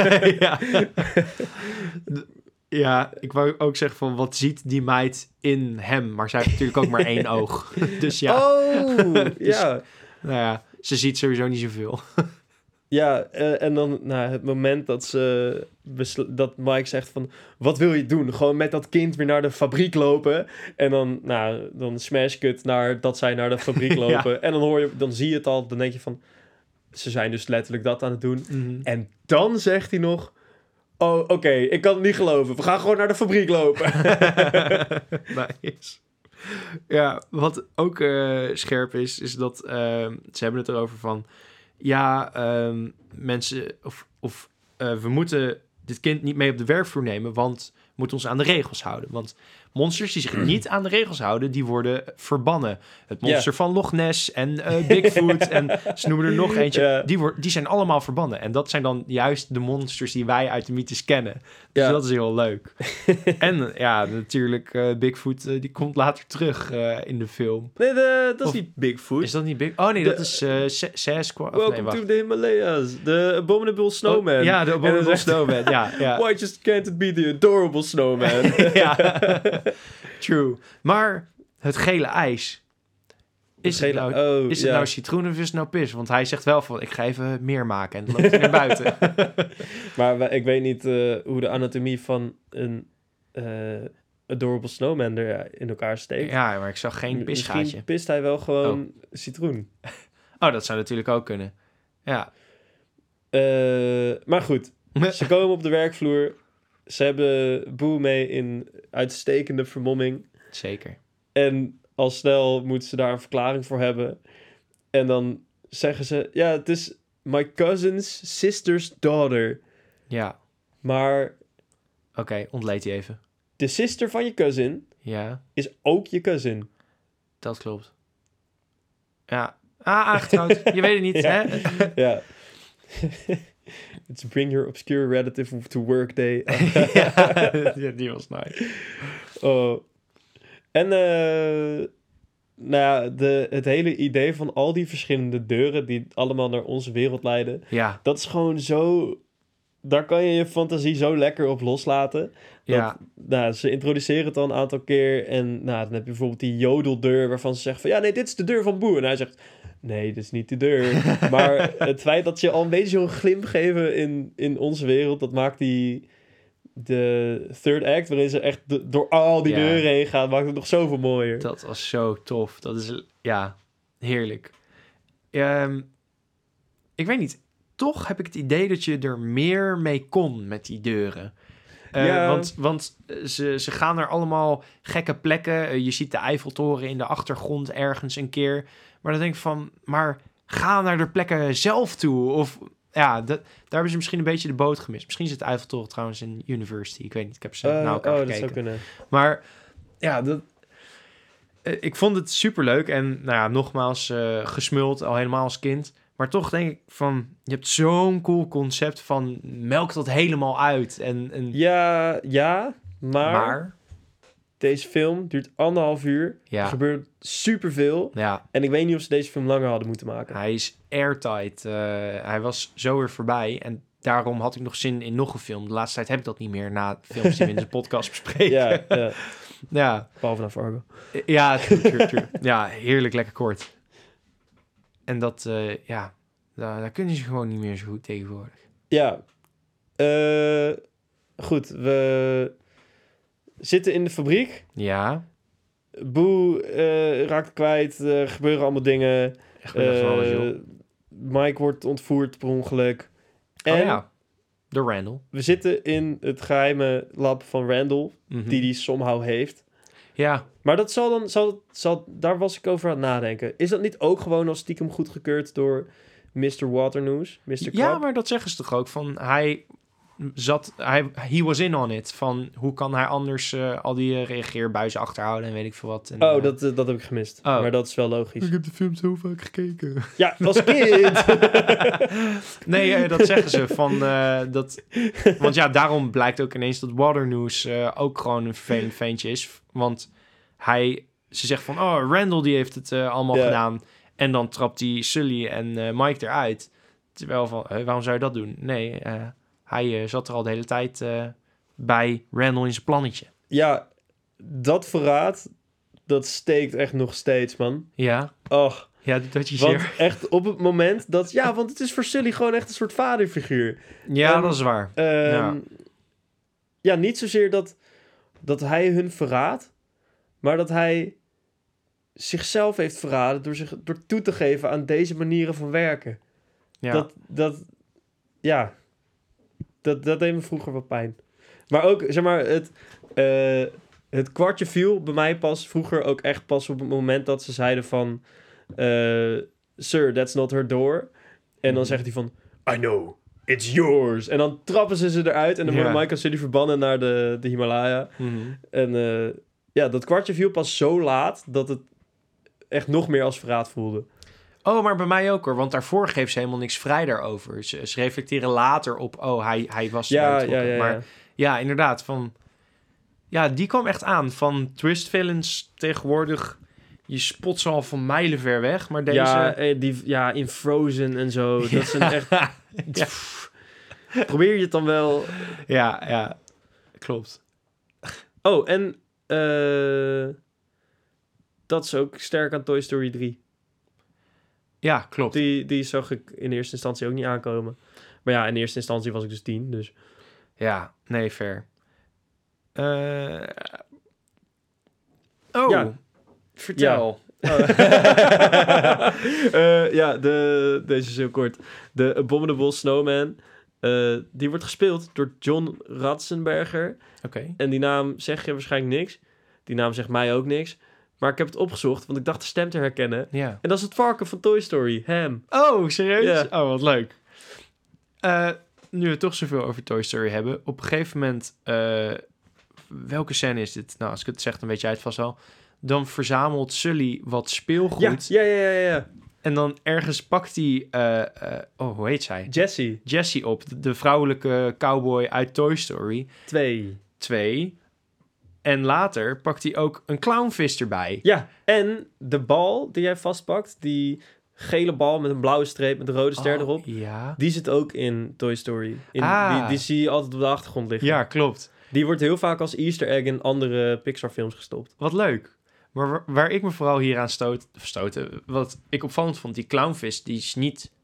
Ja, ik wou ook zeggen van, wat ziet die meid in hem? Maar zij heeft natuurlijk ook maar 1 oog. Dus ja. Oh, dus, nou ja, ze ziet sowieso niet zoveel. Ja, en dan het moment dat Mike zegt van... Wat wil je doen? Gewoon met dat kind weer naar de fabriek lopen. En dan smash cut naar dat zij naar de fabriek lopen. Ja. En dan zie je het al. Dan denk je van... Ze zijn dus letterlijk dat aan het doen. Mm-hmm. En dan zegt hij nog... Oh, oké, ik kan het niet geloven. We gaan gewoon naar de fabriek lopen. Nice. Ja, wat ook scherp is dat... ze hebben het erover van... Ja, mensen... we moeten dit kind niet mee op de werkvloer nemen... want we moeten ons aan de regels houden. Want monsters die zich niet aan de regels houden... die worden verbannen. Het monster van Loch Ness en Bigfoot... en ze noemen er nog eentje. Die zijn allemaal verbannen. En dat zijn dan juist de monsters... die wij uit de mythes kennen. Dus dat is heel leuk. En ja, natuurlijk... Bigfoot, die komt later terug in de film. Nee, dat is niet Bigfoot. Is dat niet Bigfoot? Oh nee, dat is Sasquatch. Welcome to the Himalayas. The Abominable Snowman. Ja, de Abominable Snowman. Ja. Why just can't it be the adorable snowman? Ja, true. Maar het gele ijs... Is het nou citroen of is het nou pis? Want hij zegt wel van, ik ga even meer maken. En dan loopt hij naar buiten. Maar ik weet niet hoe de anatomie van een adorable snowman er in elkaar steekt. Ja, maar ik zag geen pisgaatje. Misschien pist hij wel gewoon citroen. Oh, dat zou natuurlijk ook kunnen. Ja. Maar goed, ze komen op de werkvloer. Ze hebben Boo mee in uitstekende vermomming. Zeker. En al snel moeten ze daar een verklaring voor hebben. En dan zeggen ze... Ja, het is my cousin's sister's daughter. Ja. Maar... Oké, ontleed die even. De sister van je cousin... is ook je cousin. Dat klopt. Ja. Aangetrouwd. Je weet het niet, hè? Ja. It's bring your obscure relative to work day. Ja, die was nice. Oh. En het hele idee van al die verschillende deuren die allemaal naar onze wereld leiden. Ja. Dat is gewoon zo... Daar kan je je fantasie zo lekker op loslaten. Ze introduceren het al een aantal keer. En dan heb je bijvoorbeeld die jodeldeur waarvan ze zeggen van... Ja, nee, dit is de deur van Boo. En hij zegt... Nee, dit is niet de deur. Maar het feit dat je al een beetje zo'n glimp geven in onze wereld... dat maakt de third act, waarin ze echt door al die deuren heen gaan, maakt het nog zoveel mooier. Dat was zo tof. Dat is, heerlijk. Ik weet niet. Toch heb ik het idee dat je er meer mee kon met die deuren. Want ze gaan naar allemaal gekke plekken. Je ziet de Eiffeltoren in de achtergrond ergens een keer. Maar dan denk ik van, maar ga naar de plekken zelf toe. Of daar hebben ze misschien een beetje de boot gemist. Misschien zit de Eiffeltoren trouwens in University. Ik weet niet, ik heb ze naar elkaar gekeken. Dat zou kunnen. Maar ik vond het superleuk. En nogmaals, gesmuld, al helemaal als kind. Maar toch denk ik van, je hebt zo'n cool concept van melk dat helemaal uit. Maar deze film duurt 1,5 uur. Ja. Er gebeurt superveel. Ja. En ik weet niet of ze deze film langer hadden moeten maken. Hij is airtight. Hij was zo weer voorbij. En daarom had ik nog zin in nog een film. De laatste tijd heb ik dat niet meer na films die we in de podcast bespreken. Ja. Behalve naar Fargo. Ja, true. Ja, heerlijk lekker kort. En dat, daar kunnen ze gewoon niet meer zo goed tegenwoordig. Ja. Goed, we zitten in de fabriek. Ja. Boe raakt kwijt. Gebeuren allemaal dingen. Echt van alles, joh. Mike wordt ontvoerd per ongeluk. En door Randall. We zitten in het geheime lab van Randall, die die somehow heeft. Ja. Maar dat daar was ik over aan het nadenken. Is dat niet ook gewoon als stiekem goedgekeurd door Mr. Waternoose? Mr. Crab? Ja, maar dat zeggen ze toch ook. Van he was in on it. Van hoe kan hij anders al die reageerbuizen achterhouden en weet ik veel wat. En, dat heb ik gemist. Maar dat is wel logisch. Ik heb de film zo vaak gekeken. Ja, als kind! Nee, dat zeggen ze. Want daarom blijkt ook ineens dat Waternoose ook gewoon een vervelend ventje is. Want ze zegt van, Randall die heeft het allemaal gedaan. En dan trapt hij Sully en Mike eruit. Terwijl van, waarom zou je dat doen? Nee, hij zat er al de hele tijd bij Randall in zijn plannetje. Ja, dat verraad, dat steekt echt nog steeds, man. Ja. Och. Ja, dat je want zeer. Echt op het moment dat... Ja, want het is voor Sully gewoon echt een soort vaderfiguur. Ja, dat is waar. Ja, niet zozeer dat hij hun verraadt, maar dat hij zichzelf heeft verraden door toe te geven aan deze manieren van werken. Ja. Dat deed me vroeger wat pijn. Maar ook, zeg maar, het kwartje viel bij mij vroeger ook echt pas op het moment dat ze zeiden van... Sir, that's not her door. En dan zegt hij van... I know, it's yours. En dan trappen ze eruit en dan worden Mike en Sully verbannen naar de Himalaya. Mm-hmm. En dat kwartje viel pas zo laat dat het echt nog meer als verraad voelde. Oh, maar bij mij ook hoor, want daarvoor geeft ze helemaal niks vrij daarover. Ze reflecteren later op, hij was betrokken. Maar ja, inderdaad, van... Ja, die kwam echt aan. Van twist villains tegenwoordig, je spot ze al van mijlen ver weg, maar deze... Ja, in Frozen en zo, dat zijn echt... Probeer je het dan wel... Ja, klopt. Oh, en dat is ook sterk aan Toy Story 3. Ja, klopt. Die zag ik in eerste instantie ook niet aankomen. Maar ja, in eerste instantie was ik dus 10, dus... Ja, nee, fair. Vertel. Ja. Deze is heel kort. De Abominable Snowman. Die wordt gespeeld door John Ratzenberger. Oké. En die naam zegt je waarschijnlijk niks. Die naam zegt mij ook niks. Maar ik heb het opgezocht, want ik dacht de stem te herkennen. Ja. En dat is het varken van Toy Story, Ham. Oh, serieus? Ja. Oh, wat leuk. Nu we het toch zoveel over Toy Story hebben. Op een gegeven moment... welke scène is dit? Nou, als ik het zeg, dan weet jij het vast wel. Dan verzamelt Sully wat speelgoed. Ja. En dan ergens pakt hij... hoe heet zij? Jessie op. De vrouwelijke cowboy uit Toy Story. 2. En later pakt hij ook een clownvis erbij. Ja, en de bal die hij vastpakt, die gele bal met een blauwe streep met een rode ster erop, die zit ook in Toy Story. Die zie je altijd op de achtergrond liggen. Ja, klopt. Die wordt heel vaak als Easter egg in andere Pixar films gestopt. Wat leuk. Maar waar ik me vooral hier aan stoten, wat ik opvallend vond, die clownvis, die is niet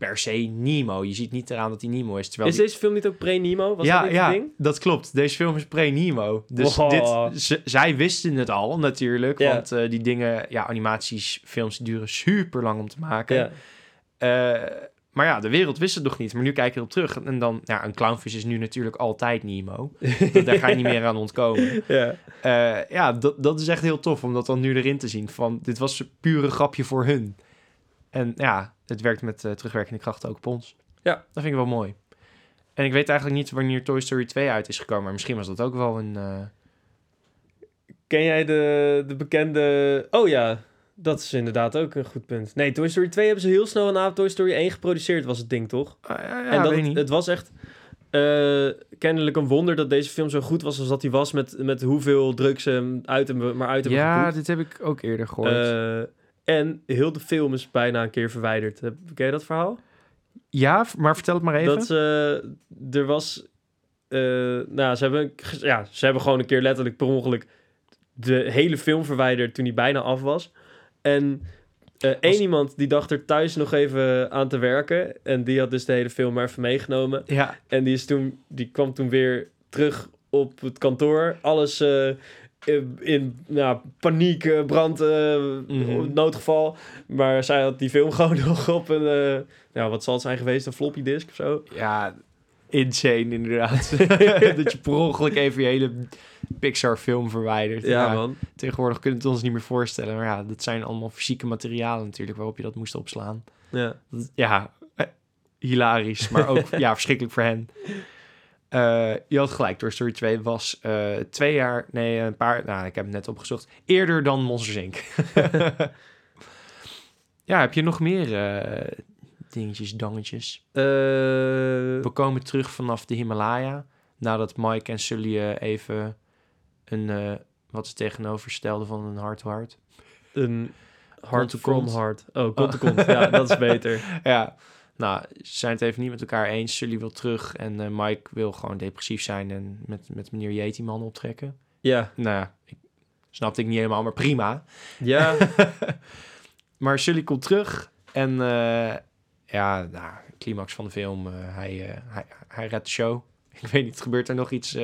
per se Nemo. Je ziet niet eraan dat hij Nemo is. Terwijl is deze film niet ook pre-Nemo? Was dat niet het ding? Dat klopt. Deze film is pre-Nemo. Dus zij wisten het al natuurlijk. Ja. Want die dingen, animaties, films duren super lang om te maken. Ja. Maar ja, de wereld wist het nog niet. Maar nu kijk je erop terug. En dan, een clownvis is nu natuurlijk altijd Nemo. Daar ga je niet meer aan ontkomen. Ja. Dat is echt heel tof om dat dan nu erin te zien. Van, dit was een pure grapje voor hun. En ja, het werkt met terugwerkende kracht ook op ons. Ja. Dat vind ik wel mooi. En ik weet eigenlijk niet wanneer Toy Story 2 uit is gekomen. Maar misschien was dat ook wel een... Ken jij de bekende... Oh ja, dat is inderdaad ook een goed punt. Nee, Toy Story 2 hebben ze heel snel na Toy Story 1 geproduceerd, was het ding, toch? En dat het was echt kennelijk een wonder dat deze film zo goed was als dat hij was... met hoeveel drugs ze uit hebben gepoept. Ja, dit heb ik ook eerder gehoord. En heel de film is bijna een keer verwijderd. Ken je dat verhaal? Ja, maar vertel het maar even. Dat er was... ze hebben gewoon een keer letterlijk per ongeluk... de hele film verwijderd toen hij bijna af was. En iemand die dacht er thuis nog even aan te werken. En die had dus de hele film maar even meegenomen. Ja. En die kwam toen weer terug op het kantoor. Alles in paniek, brand, noodgeval. Maar zij had die film gewoon nog op een... wat zal het zijn geweest? Een floppy disk of zo? Ja, insane inderdaad. Dat je per ongeluk even je hele Pixar-film verwijdert. Ja, man. Tegenwoordig kunnen we het ons niet meer voorstellen. Maar ja, dat zijn allemaal fysieke materialen natuurlijk... waarop je dat moest opslaan. Ja. Hilarisch. Maar ook verschrikkelijk voor hen. Je had gelijk, Toy Story 2 was een paar... ik heb het net opgezocht. Eerder dan Monsters Inc. Heb je nog meer dingetjes, dangetjes? We komen terug vanaf de Himalaya. Nadat Mike en Sully even een... wat ze tegenoverstelden van een heart-to-heart. Een heart-to-heart. Oh, kont-to-kont. Ja, dat is beter. Ja. Nou, ze zijn het even niet met elkaar eens. Sully wil terug en Mike wil gewoon depressief zijn... en met meneer Yeti-man optrekken. Ja. Nou ja, snapte ik niet helemaal, maar prima. Ja. Maar Sully komt terug en... climax van de film. Hij redt de show. Ik weet niet, gebeurt er nog iets...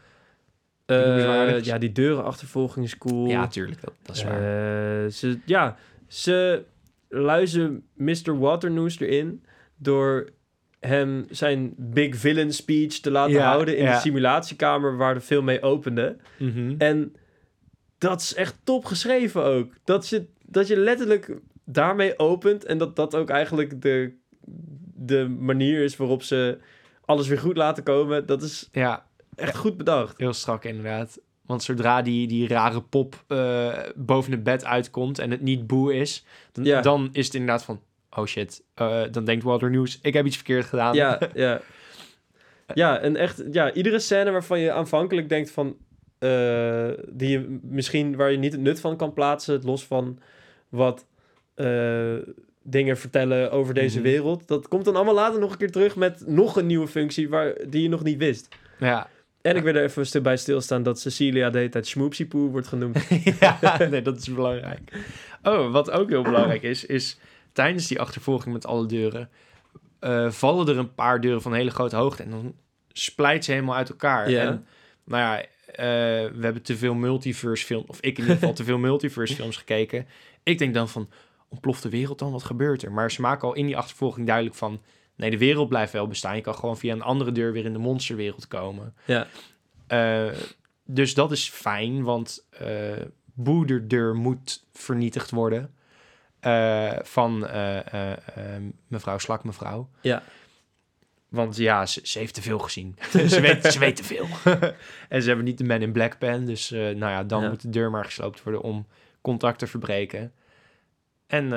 die deurenachtervolging is cool. Ja, tuurlijk, dat is waar. Ze luizen Mr. Waternoose erin... door hem zijn big villain speech te laten houden... in de simulatiekamer waar de film mee opende. Mm-hmm. En dat is echt top geschreven ook. Dat je letterlijk daarmee opent... en dat ook eigenlijk de manier is waarop ze alles weer goed laten komen. Dat is echt goed bedacht. Heel strak inderdaad. Want zodra die rare pop boven het bed uitkomt en het niet Boo is... dan is het inderdaad van... oh shit, dan denkt Walter News... ik heb iets verkeerd gedaan. Ja, en echt... Ja, iedere scène waarvan je aanvankelijk denkt van... die je misschien... waar je niet het nut van kan plaatsen... het los van wat... dingen vertellen over deze wereld. Dat komt dan allemaal later nog een keer terug... met nog een nieuwe functie die je nog niet wist. Ja. En ik wil er even bij stilstaan... dat Cecilia de hele tijd Schmoopsiepoe wordt genoemd. Nee, dat is belangrijk. Oh, wat ook heel belangrijk is... tijdens die achtervolging met alle deuren... vallen er een paar deuren van hele grote hoogte... en dan splijt ze helemaal uit elkaar. Ja. En we hebben te veel multiverse films... of ik in ieder geval te veel multiverse films gekeken. Ik denk dan van... ontploft de wereld dan? Wat gebeurt er? Maar ze maken al in die achtervolging duidelijk van... nee, de wereld blijft wel bestaan. Je kan gewoon via een andere deur weer in de monsterwereld komen. Ja. Dus dat is fijn, want Boederdeur moet vernietigd worden... van mevrouw Slakmevrouw. Ja. Want ze heeft te veel gezien. ze weet te veel. En ze hebben niet de Man in Black pen. Dus dan moet de deur maar gesloopt worden om contact te verbreken. En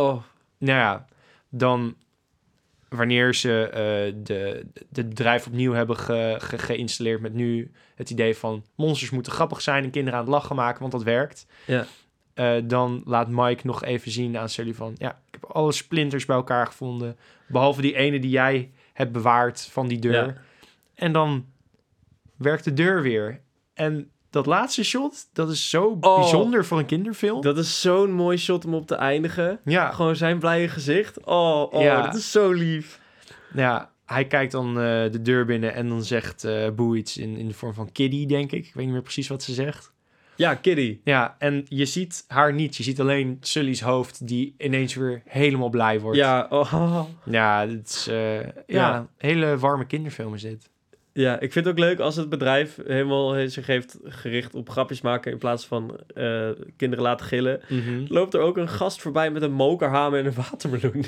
dan wanneer ze de drijf opnieuw hebben geïnstalleerd met nu het idee van monsters moeten grappig zijn en kinderen aan het lachen maken, want dat werkt. Ja. Dan laat Mike nog even zien aan Sully van... ik heb alle splinters bij elkaar gevonden. Behalve die ene die jij hebt bewaard van die deur. Ja. En dan werkt de deur weer. En dat laatste shot, dat is zo bijzonder voor een kinderfilm. Dat is zo'n mooi shot om op te eindigen. Ja. Gewoon zijn blije gezicht. Dat is zo lief. Ja, hij kijkt dan de deur binnen en dan zegt Boo iets in de vorm van Kiddy, denk ik. Ik weet niet meer precies wat ze zegt. Ja, Kitty. Ja, en je ziet haar niet. Je ziet alleen Sully's hoofd die ineens weer helemaal blij wordt. Ja, Ja, het is een hele warme kinderfilm is dit. Ja, ik vind het ook leuk als het bedrijf helemaal zich heeft gericht op grapjes maken in plaats van kinderen laten gillen. Mm-hmm. Loopt er ook een gast voorbij met een mokerhamer en een watermeloen.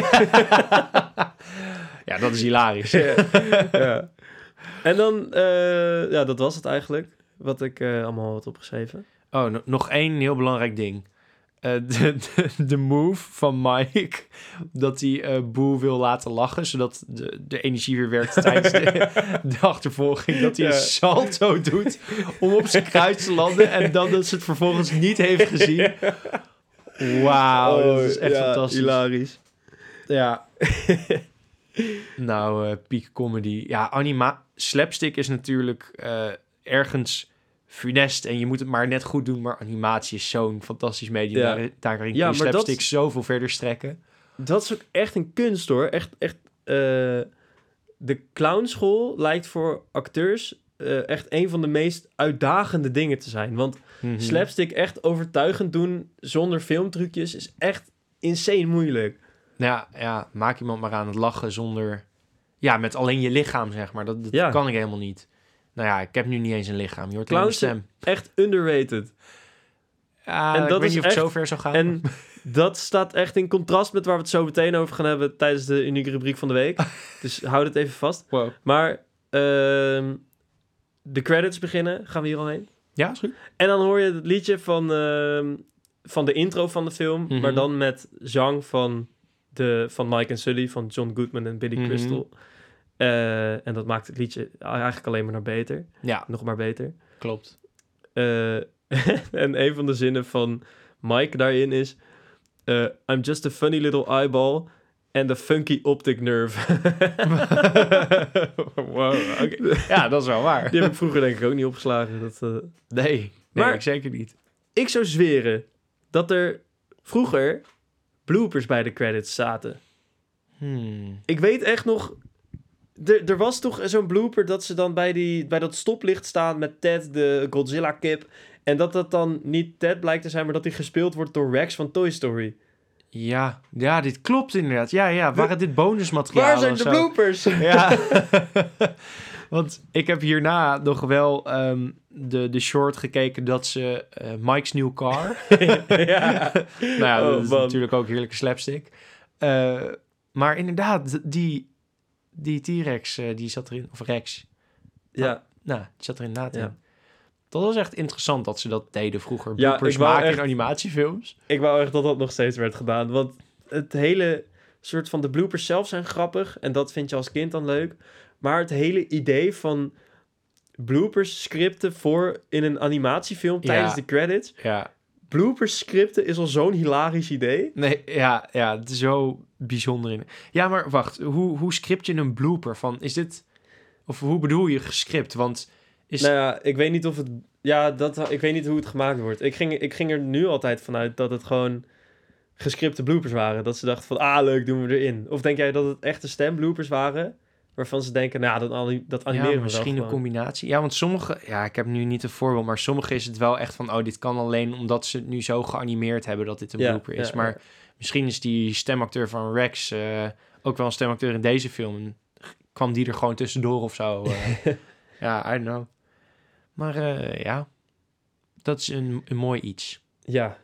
Ja, dat is hilarisch. Ja. En dan, dat was het eigenlijk, wat ik allemaal had opgeschreven. Oh, nog één heel belangrijk ding. De move van Mike, dat hij Boo wil laten lachen, zodat de energie weer werkt tijdens de achtervolging. Dat hij een salto doet om op zijn kruis te landen en dan dat ze het vervolgens niet heeft gezien. Wauw, dat is echt fantastisch. Hilarisch. Ja. Nou, peak comedy. Ja, slapstick is natuurlijk ergens funest en je moet het maar net goed doen, maar animatie is zo'n fantastisch medium. Daarin kun je slapstick zoveel verder strekken. Dat is ook echt een kunst, hoor. Echt de clownschool lijkt voor acteurs echt een van de meest uitdagende dingen te zijn. Want slapstick echt overtuigend doen zonder filmtrucjes is echt insane moeilijk. Ja, maak iemand maar aan het lachen zonder... Ja, met alleen je lichaam, zeg maar. Dat kan ik helemaal niet. Nou ja, ik heb nu niet eens een lichaam. Je hoort alleen mijn stem. Echt underrated. Ja, en dat ik weet is niet of het zo ver zou gaan. En dat staat echt in contrast met waar we het zo meteen over gaan hebben tijdens de unieke rubriek van de week. Dus houd het even vast. Wow. Maar de credits beginnen. Gaan we hier al heen? Ja, is goed. En dan hoor je het liedje van de intro van de film. Mm-hmm. Maar dan met zang van Mike en Sully, van John Goodman en Billy Crystal. En dat maakt het liedje eigenlijk alleen maar nog beter. Ja. Nog maar beter. Klopt. En een van de zinnen van Mike daarin is... I'm just a funny little eyeball and a funky optic nerve. Wow, okay. Ja, dat is wel waar. Die heb ik vroeger denk ik ook niet opgeslagen. Nee, maar ik zeker niet. Ik zou zweren dat er vroeger bloopers bij de credits zaten. Ik weet echt nog... Er was toch zo'n blooper dat ze dan bij dat stoplicht staan met Ted, de Godzilla-kip. En dat dan niet Ted blijkt te zijn, maar dat hij gespeeld wordt door Rex van Toy Story. Ja, dit klopt inderdaad. Ja, waren dit bonusmateriaal? Waar zijn de bloopers? Ja, want ik heb hierna nog wel de short gekeken dat ze Mike's New Car... Ja. Nou ja, dat is natuurlijk ook heerlijke slapstick. Maar inderdaad, die T-Rex, die zat erin, of Rex. Ja. Nou, die zat er inderdaad in. Ja. Dat was echt interessant dat ze dat deden vroeger. Bloopers maken in animatiefilms. Ik wou echt dat dat nog steeds werd gedaan. Want het hele soort van de bloopers zelf zijn grappig. En dat vind je als kind dan leuk. Maar het hele idee van bloopers scripten voor in een animatiefilm tijdens de credits. Ja. Bloopers scripten is al zo'n hilarisch idee. Nee, ja, het is zo bijzonder in. Ja, maar wacht, hoe script je een blooper van? Is dit... Of hoe bedoel je gescript? Want nou ja, ik weet niet of het... Ja, ik weet niet hoe het gemaakt wordt. Ik ging er nu altijd vanuit dat het gewoon gescripte bloopers waren. Dat ze dachten van, leuk, doen we erin. Of denk jij dat het echte stembloopers waren? Waarvan ze denken, dat animeren we misschien wel een combinatie. Ja, want sommige... Ja, ik heb nu niet een voorbeeld, maar sommige is het wel echt van... dit kan alleen omdat ze het nu zo geanimeerd hebben dat dit een blooper is. Maar misschien is die stemacteur van Rex ook wel een stemacteur in deze film. En kwam die er gewoon tussendoor of zo. Ja, I don't know. Maar dat is een mooi iets. Ja.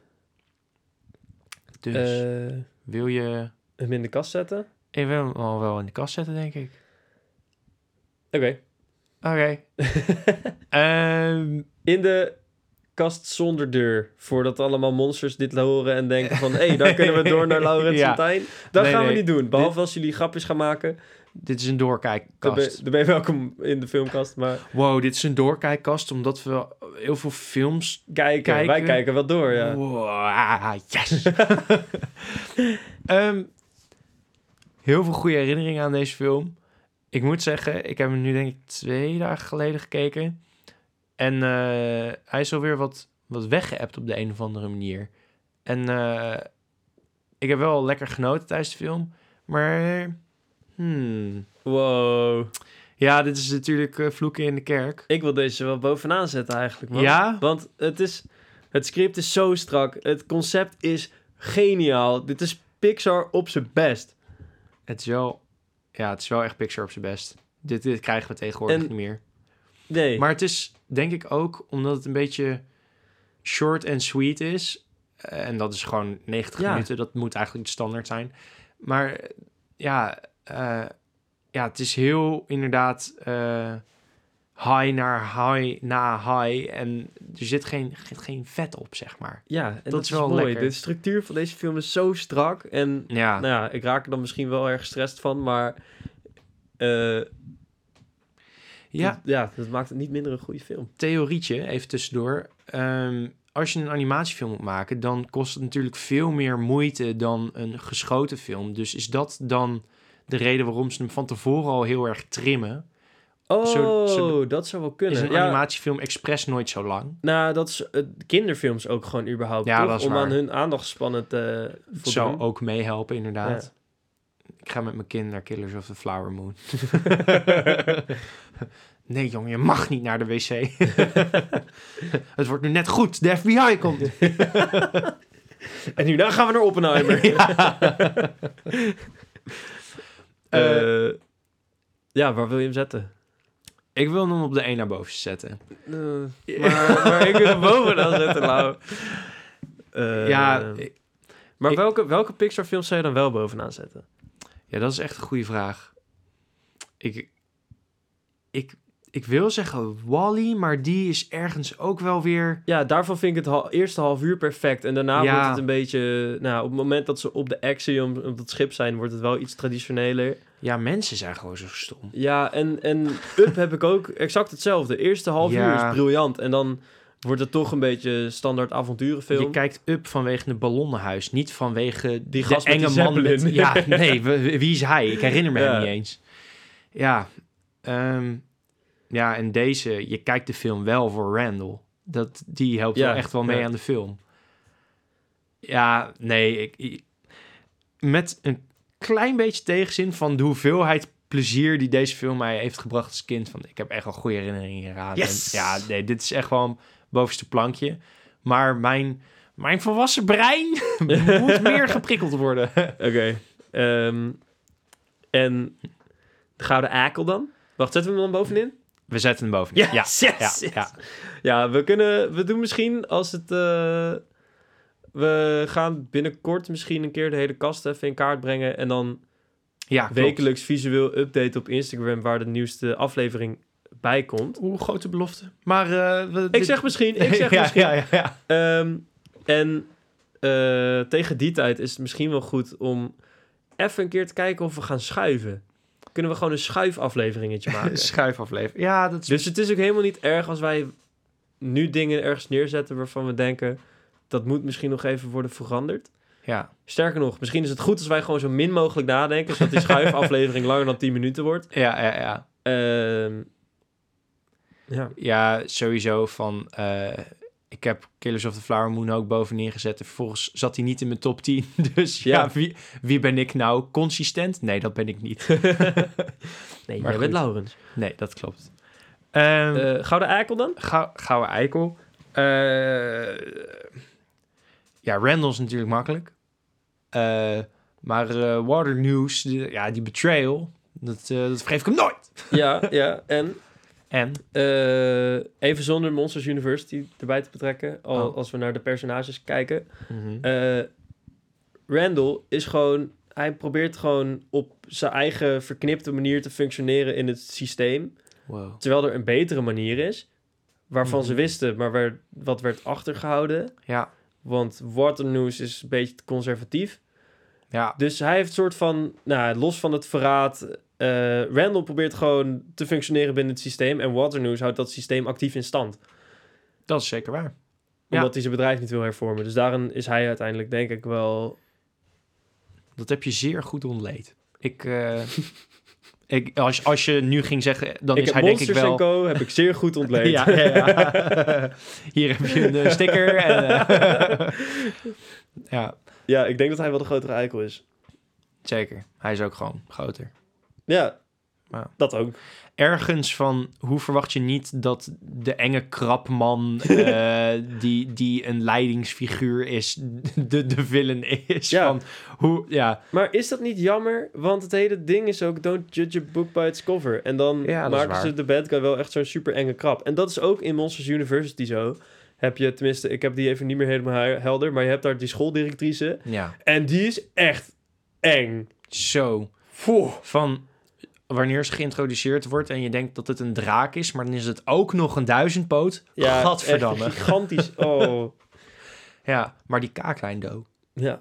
Dus wil je... hem in de kast zetten? Ik wil hem al wel in de kast zetten, denk ik. Oké. In de kast zonder deur. Voordat allemaal monsters dit horen en denken van... daar kunnen we door naar Laurens en Tijn. Dat gaan we niet doen. Behalve als jullie grapjes gaan maken. Dit is een doorkijkkast. Dan ben je welkom in de filmkast. Maar... Wow, dit is een doorkijkkast omdat we heel veel films kijken. Wij kijken wel door, ja. Wow, yes! Heel veel goede herinneringen aan deze film. Ik moet zeggen, ik heb hem nu denk ik 2 dagen geleden gekeken. En hij is alweer wat weggeëpt op de een of andere manier. En ik heb wel lekker genoten tijdens de film. Maar... Wow. Ja, dit is natuurlijk vloeken in de kerk. Ik wil deze wel bovenaan zetten eigenlijk, man. Ja? Want het script is zo strak. Het concept is geniaal. Dit is Pixar op zijn best. Het is wel echt Pixar op zijn best. Dit krijgen we tegenwoordig niet meer. Nee. Maar het is, denk ik ook, omdat het een beetje short en sweet is. En dat is gewoon 90 minuten. Dat moet eigenlijk de standaard zijn. Maar het is heel inderdaad high na high. En er zit geen vet op, zeg maar. Ja, en dat is wel mooi. Lekker. De structuur van deze film is zo strak. En ik raak er dan misschien wel erg gestrest van, maar... dat maakt het niet minder een goede film. Theorietje, even tussendoor. Als je een animatiefilm moet maken, dan kost het natuurlijk veel meer moeite dan een geschoten film. Dus is dat dan de reden waarom ze hem van tevoren al heel erg trimmen? Dat zou wel kunnen. Is een animatiefilm expres nooit zo lang? Nou, dat is kinderfilms ook gewoon überhaupt. Ja, toch? Dat is om waar. aan hun aandachtspannen te voldoen. Het zou ook meehelpen, inderdaad. Ja. Ik ga met mijn kind naar Killers of the Flower Moon. Nee, jongen, je mag niet naar de wc. Het wordt nu net goed. De FBI komt. En hierna gaan we naar Oppenheimer. Waar wil je hem zetten? Ik wil hem op de 1 naar boven zetten. Maar ik wil hem bovenaan zetten, Lau. Maar welke Pixar films zou je dan wel bovenaan zetten? Ja, dat is echt een goede vraag. Ik wil zeggen Wall-E, maar die is ergens ook wel weer... Ja, daarvan vind ik het eerste half uur perfect. En daarna wordt het een beetje... Nou, op het moment dat ze op de Axiom, op dat schip zijn, wordt het wel iets traditioneler. Ja, mensen zijn gewoon zo stom. Ja, en Up heb ik ook exact hetzelfde. Eerste half uur is briljant. En dan wordt het toch een beetje standaard avonturenfilm. Je kijkt Up vanwege het ballonnenhuis, niet vanwege die de enge man met... Ja, nee, wie is hij? Ik herinner me hem niet eens. Ja, en deze, je kijkt de film wel voor Randall. Die helpt wel echt wel mee aan de film. Ja, nee, met een klein beetje tegenzin van de hoeveelheid plezier die deze film mij heeft gebracht als kind. Van, ik heb echt wel goede herinneringen eraan. Yes! En, dit is echt wel een bovenste plankje. Maar mijn volwassen brein moet meer geprikkeld worden. Oké. En de Gouden Akel dan? Wacht, zetten we hem dan bovenin? We zetten hem bovenin. Ja, we doen misschien als het... we gaan binnenkort misschien een keer de hele kast even in kaart brengen. En dan wekelijks visueel update op Instagram waar de nieuwste aflevering bij komt. Oeh, grote belofte. Maar ik zeg misschien. Ja. En tegen die tijd is het misschien wel goed om even een keer te kijken of we gaan schuiven. Kunnen we gewoon een schuifafleveringetje maken? Een schuifaflevering. Ja, dat is... Dus het is ook helemaal niet erg als wij nu dingen ergens neerzetten waarvan we denken, dat moet misschien nog even worden veranderd. Ja. Sterker nog, misschien is het goed als wij gewoon zo min mogelijk nadenken, zodat die schuifaflevering langer dan 10 minuten wordt. Ja. Ja, sowieso van... ik heb Killers of the Flower Moon ook bovenin gezet. En vervolgens zat hij niet in mijn top 10. Dus wie ben ik nou? Consistent? Nee, dat ben ik niet. Nee, jij bent Laurens. Nee, dat klopt. Gouden Eikel dan? Gouden Eikel. Randall is natuurlijk makkelijk. Maar Water News, die betrayal, dat vergeef ik hem nooit. Ja, en even zonder Monsters University erbij te betrekken, als we naar de personages kijken. Mm-hmm. Randall is gewoon, hij probeert gewoon op zijn eigen verknipte manier te functioneren in het systeem. Wow. Terwijl er een betere manier is, waarvan ze wisten, maar wat werd achtergehouden. Ja. Want Waternoose is een beetje te conservatief. Ja. Dus hij heeft een soort van, los van het verraad, Randall probeert gewoon te functioneren binnen het systeem en Waternoose houdt dat systeem actief in stand. Dat is zeker waar. Omdat hij zijn bedrijf niet wil hervormen. Dus daarin is hij uiteindelijk denk ik wel... Dat heb je zeer goed ontleed. Ik Als je nu ging zeggen, dan Ik is heb hij denk ik Monsters wel... Co. heb ik zeer goed ontleed. ja. Hier heb je een sticker. En, ja, Ja, ik denk dat hij wel de grotere eikel is. zeker. Hij is ook gewoon groter. Ja, Ja. dat ook. Ergens van, hoe verwacht je niet dat de enge krapman... die een leidingsfiguur is, de villain is? Ja. Van, hoe, ja. Maar is dat niet jammer? Want het hele ding is ook, don't judge a book by its cover. En dan Ja, dat is maken waar. ze de bad guy wel echt zo'n super enge krap. En dat is ook in Monsters University zo. Heb je, tenminste, ik heb die even niet meer helemaal helder, maar je hebt daar die schooldirectrice. Ja, En die is echt eng. zo. Van wanneer ze geïntroduceerd wordt en je denkt dat het een draak is, maar dan is het ook nog een duizendpoot. Ja, Gadverdamme. echt gigantisch. Oh. Ja, maar die kaaklijn doe. Ja.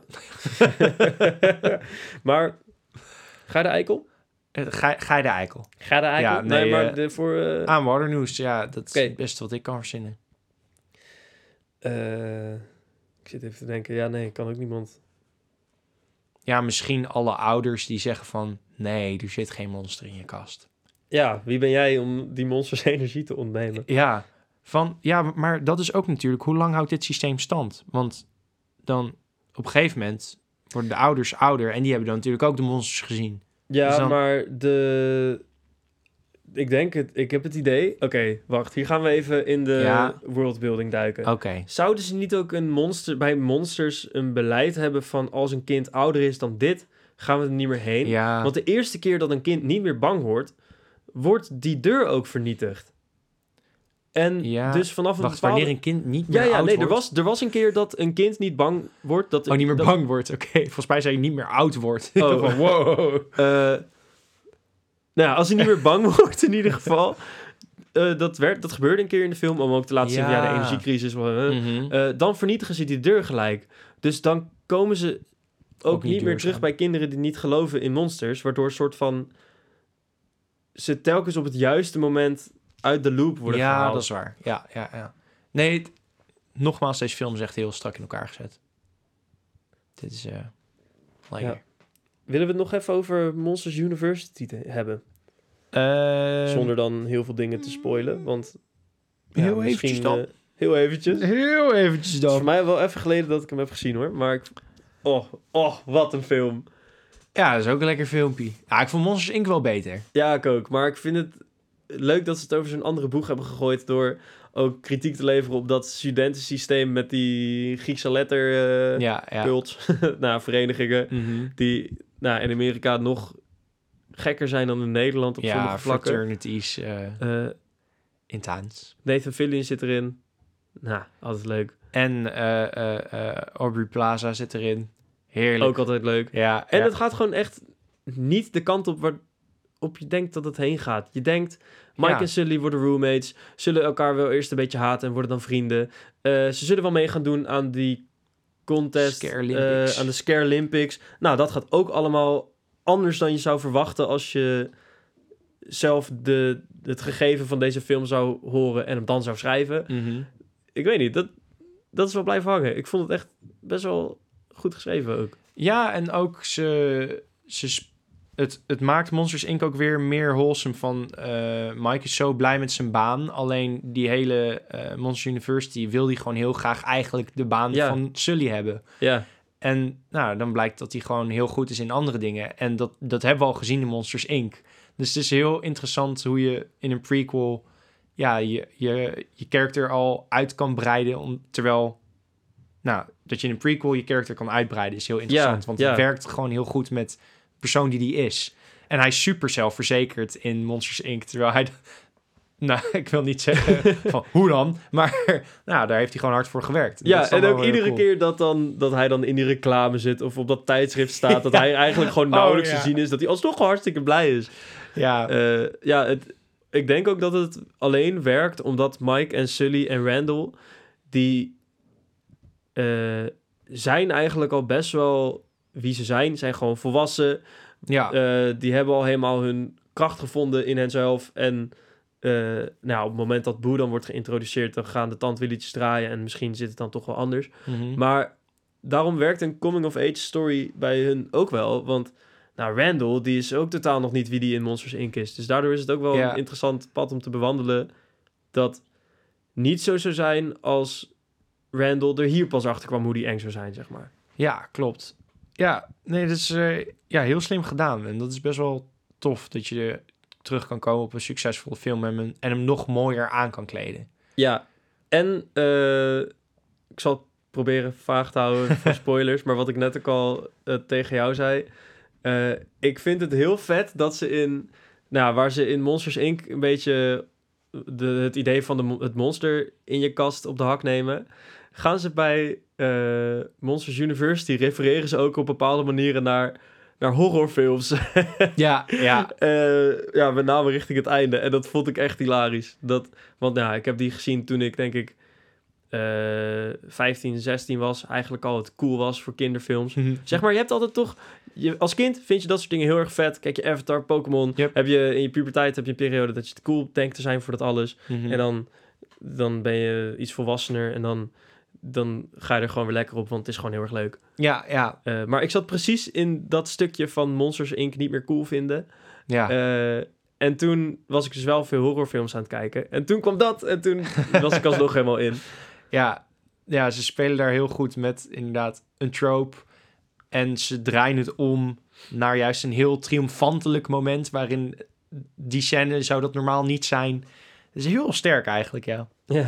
Maar, ga de eikel? Ga je de eikel. Ga de eikel? Ja, nee, maar voor... Aan Waternoose, ja, dat is Oké. het beste wat ik kan verzinnen. ik zit even te denken. Ja, nee, kan ook niemand. Ja, misschien alle ouders die zeggen van, nee, er zit geen monster in je kast. Ja, wie ben jij om die monsters energie te ontnemen? Ja, maar dat is ook natuurlijk, hoe lang houdt dit systeem stand? Want dan op een gegeven moment worden de ouders ouder en die hebben dan natuurlijk ook de monsters gezien. Ja, Dus dan- maar ik heb het idee... Oké, wacht. Hier gaan we even in de Ja. worldbuilding duiken. Oké. Zouden ze niet ook bij monsters een beleid hebben van... als een kind ouder is dan dit, gaan we er niet meer heen? Ja, Want de eerste keer dat een kind niet meer bang wordt die deur ook vernietigd. En Ja, dus vanaf een wacht, bepaalde... wanneer een kind niet meer Ja, oud nee, wordt? er was een keer dat een kind niet bang wordt. Dat Oh, niet meer dat- bang wordt, oké. Volgens mij zei je niet meer oud wordt. Ik Oh. dacht van, wow. Nou ja, als hij niet meer bang wordt in ieder geval. Dat gebeurde een keer in de film. Om ook te laten zien van, Ja. ja, de energiecrisis. Mhm. Dan vernietigen ze die deur gelijk. Dus dan komen ze ook niet meer duurzaam. terug bij kinderen die niet geloven in monsters. Waardoor een soort van... ze telkens op het juiste moment uit de loop worden Ja, gehaald. dat is waar. Ja. Nee, nogmaals, deze film is echt heel strak in elkaar gezet. Dit is lekker. Ja. Willen we het nog even over Monsters University hebben? Zonder dan heel veel dingen te spoilen. Want Heel misschien, eventjes dan. heel eventjes. Heel eventjes Het is voor mij wel even geleden dat ik hem heb gezien hoor. Maar wat een film. Ja, dat is ook een lekker filmpje. Ja, ik vond Monsters Inc. wel beter. Ja, ik ook. Maar ik vind het leuk dat ze het over zo'n andere boeg hebben gegooid... door ook kritiek te leveren op dat studentensysteem... met die Griekse letter Ja. cults, verenigingen... Mhm. die in Amerika nog gekker zijn dan in Nederland op Ja, sommige vlakken. fraternities, intens. Nathan Fillion zit erin. Nou, altijd leuk. En Aubrey Plaza zit erin. Heerlijk. Ook altijd leuk. Ja, En ja. het gaat gewoon echt niet de kant op waarop je denkt dat het heen gaat. Je denkt, Mike Ja. en Sully worden roommates, zullen elkaar wel eerst een beetje haten en worden dan vrienden. Ze zullen wel mee gaan doen aan die contest, Scarelympics. aan de Scarelympics. Nou, dat gaat ook allemaal anders dan je zou verwachten als je zelf het gegeven van deze film zou horen en hem dan zou schrijven. Mhm. Ik weet niet, dat is wel blijven hangen. Ik vond het echt best wel goed geschreven ook. Ja, en ook het maakt Monsters Inc. ook weer meer wholesome van... Mike is zo blij met zijn baan. Alleen die hele Monsters University wil hij gewoon heel graag eigenlijk de baan Ja. van Sully hebben. Ja, En nou, dan blijkt dat hij gewoon heel goed is in andere dingen. En dat hebben we al gezien in Monsters Inc. Dus het is heel interessant hoe je in een prequel... ja, je character al uit kan breiden. Terwijl, nou, dat je in een prequel je character kan uitbreiden is heel interessant. Ja, want ja. het werkt gewoon heel goed met de persoon die is. En hij is super zelfverzekerd in Monsters Inc. Terwijl hij... Nou, ik wil niet zeggen van hoe dan, maar nou, daar heeft hij gewoon hard voor gewerkt. Dat ja is dan en wel ook heel iedere cool. keer dat hij dan in die reclame zit... of op dat tijdschrift staat... dat hij eigenlijk gewoon nauwelijks ja. te zien is... dat hij alsnog gewoon hartstikke blij is. Ja, Ik denk ook dat het alleen werkt... omdat Mike en Sully en Randall... die zijn eigenlijk al best wel wie ze zijn. Zijn gewoon volwassen. ja. Die hebben al helemaal hun kracht gevonden in henzelf. En op het moment dat Boo dan wordt geïntroduceerd... dan gaan de tandwieltjes draaien... en misschien zit het dan toch wel anders. Mhm. Maar daarom werkt een coming-of-age story bij hun ook wel. Want Nou, Randall, die is ook totaal nog niet wie die in Monsters Inc. is. Dus daardoor is het ook wel een interessant pad om te bewandelen... dat niet zo zou zijn als Randall er hier pas achter kwam hoe die eng zou zijn, zeg maar. Ja, klopt. Ja, nee, dat is heel slim gedaan. En dat is best wel tof dat je terug kan komen op een succesvolle film en hem nog mooier aan kan kleden. Ja, en ik zal het proberen vaag te houden voor spoilers, maar wat ik net ook al tegen jou zei, ik vind het heel vet dat ze waar ze in Monsters Inc. een beetje het idee van het monster in je kast op de hak nemen, gaan ze bij Monsters University, refereren ze ook op bepaalde manieren naar horrorfilms. Ja. Met name richting het einde. En dat vond ik echt hilarisch. Want ik heb die gezien toen ik denk ik 15, 16 was. Eigenlijk al het cool was voor kinderfilms. Zeg maar, je hebt altijd toch... als kind vind je dat soort dingen heel erg vet. Kijk je Avatar, Pokémon. Yep. Heb je in je puberteit een periode dat je het cool denkt te zijn voor dat alles. En dan ben je iets volwassener en dan ga je er gewoon weer lekker op, want het is gewoon heel erg leuk. Ja. Maar ik zat precies in dat stukje van Monsters Inc. niet meer cool vinden. Ja. En toen was ik dus wel veel horrorfilms aan het kijken. En toen kwam dat en toen was ik alsnog helemaal in. Ja, ze spelen daar heel goed met inderdaad een trope. En ze draaien het om naar juist een heel triomfantelijk moment, waarin die scène zou dat normaal niet zijn. Dat is heel sterk eigenlijk, ja.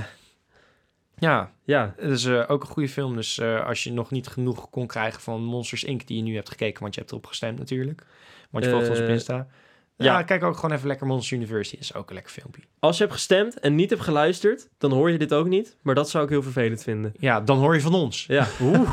Ja, het is ook een goede film. Dus als je nog niet genoeg kon krijgen van Monsters Inc. die je nu hebt gekeken, want je hebt erop gestemd natuurlijk. Want je volgt ons op Insta. Ja, kijk ook gewoon even lekker Monsters University. Dat is ook een lekker filmpje. Als je hebt gestemd en niet hebt geluisterd, dan hoor je dit ook niet. Maar dat zou ik heel vervelend vinden. Ja, dan hoor je van ons. Ja.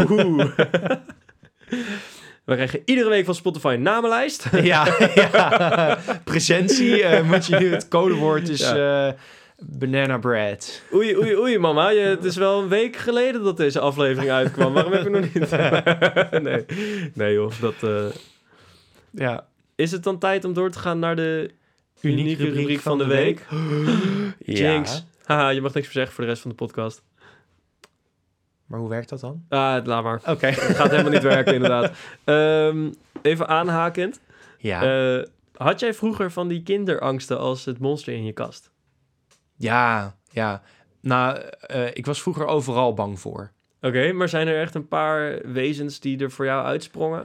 We krijgen iedere week van Spotify een namenlijst. Ja. Presentie. Moet je nu het codewoord is... banana bread. Oei, mama. Het is wel een week geleden dat deze aflevering uitkwam. Waarom heb je nog niet... Nee joh, Ja. Is het dan tijd om door te gaan naar de unieke rubriek van de week? Jinx. Haha, je mag niks meer zeggen voor de rest van de podcast. Maar hoe werkt dat dan? Laat maar. Oké. Het gaat helemaal niet werken, inderdaad. Even aanhakend. Ja. Had jij vroeger van die kinderangsten als het monster in je kast? Ja. Nou, ik was vroeger overal bang voor. Oké, maar zijn er echt een paar wezens die er voor jou uitsprongen?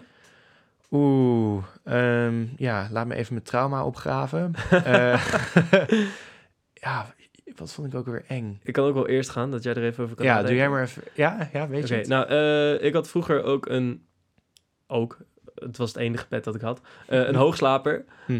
Laat me even mijn trauma opgraven. Wat vond ik ook weer eng? Ik kan ook wel eerst gaan, dat jij er even over kan nadenken. Doe jij maar even... Ja, weet je het. Nou, ik had vroeger ook het was het enige pet dat ik had, een hoogslaper.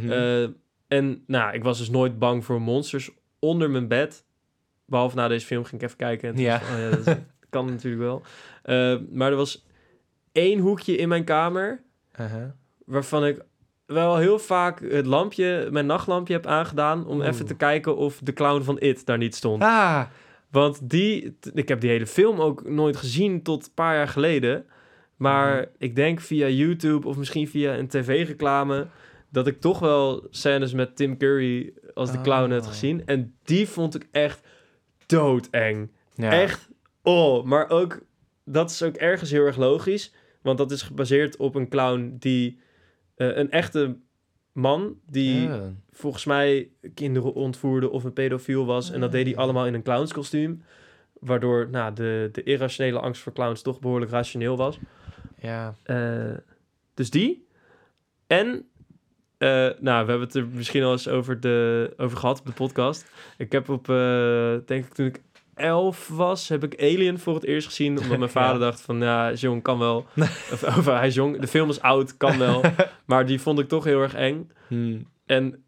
Ik was dus nooit bang voor monsters onder mijn bed. Behalve na deze film ging ik even kijken. En dat kan natuurlijk wel. Maar er was 1 hoekje in mijn kamer... waarvan ik wel heel vaak mijn nachtlampje heb aangedaan... om even te kijken of de clown van It daar niet stond. Want ik heb die hele film ook nooit gezien tot een paar jaar geleden. Maar ik denk via YouTube of misschien via een tv-reclame... dat ik toch wel scènes met Tim Curry als de clown had gezien. En die vond ik echt doodeng. Ja. Echt, maar ook... Dat is ook ergens heel erg logisch... Want dat is gebaseerd op een clown die... een echte man die volgens mij kinderen ontvoerde of een pedofiel was. En dat deed hij allemaal in een clownskostuum. Waardoor de irrationele angst voor clowns toch behoorlijk rationeel was. Ja. Dus die. En... we hebben het er misschien al eens over gehad op de podcast. Ik heb denk ik toen ik 11 was, heb ik Alien voor het eerst gezien. Omdat mijn vader dacht van, is jong, kan wel. Hij is jong, de film is oud, kan wel. Maar die vond ik toch heel erg eng. En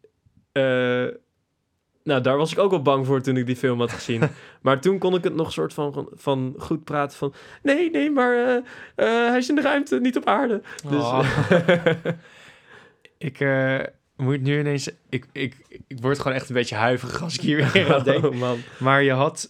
daar was ik ook wel bang voor toen ik die film had gezien. Maar toen kon ik het nog soort van goed praten van... Nee, maar hij is in de ruimte, niet op aarde. Dus, ik moet nu ineens... Ik word gewoon echt een beetje huiverig als ik hier weer aan denk. Man. Maar je had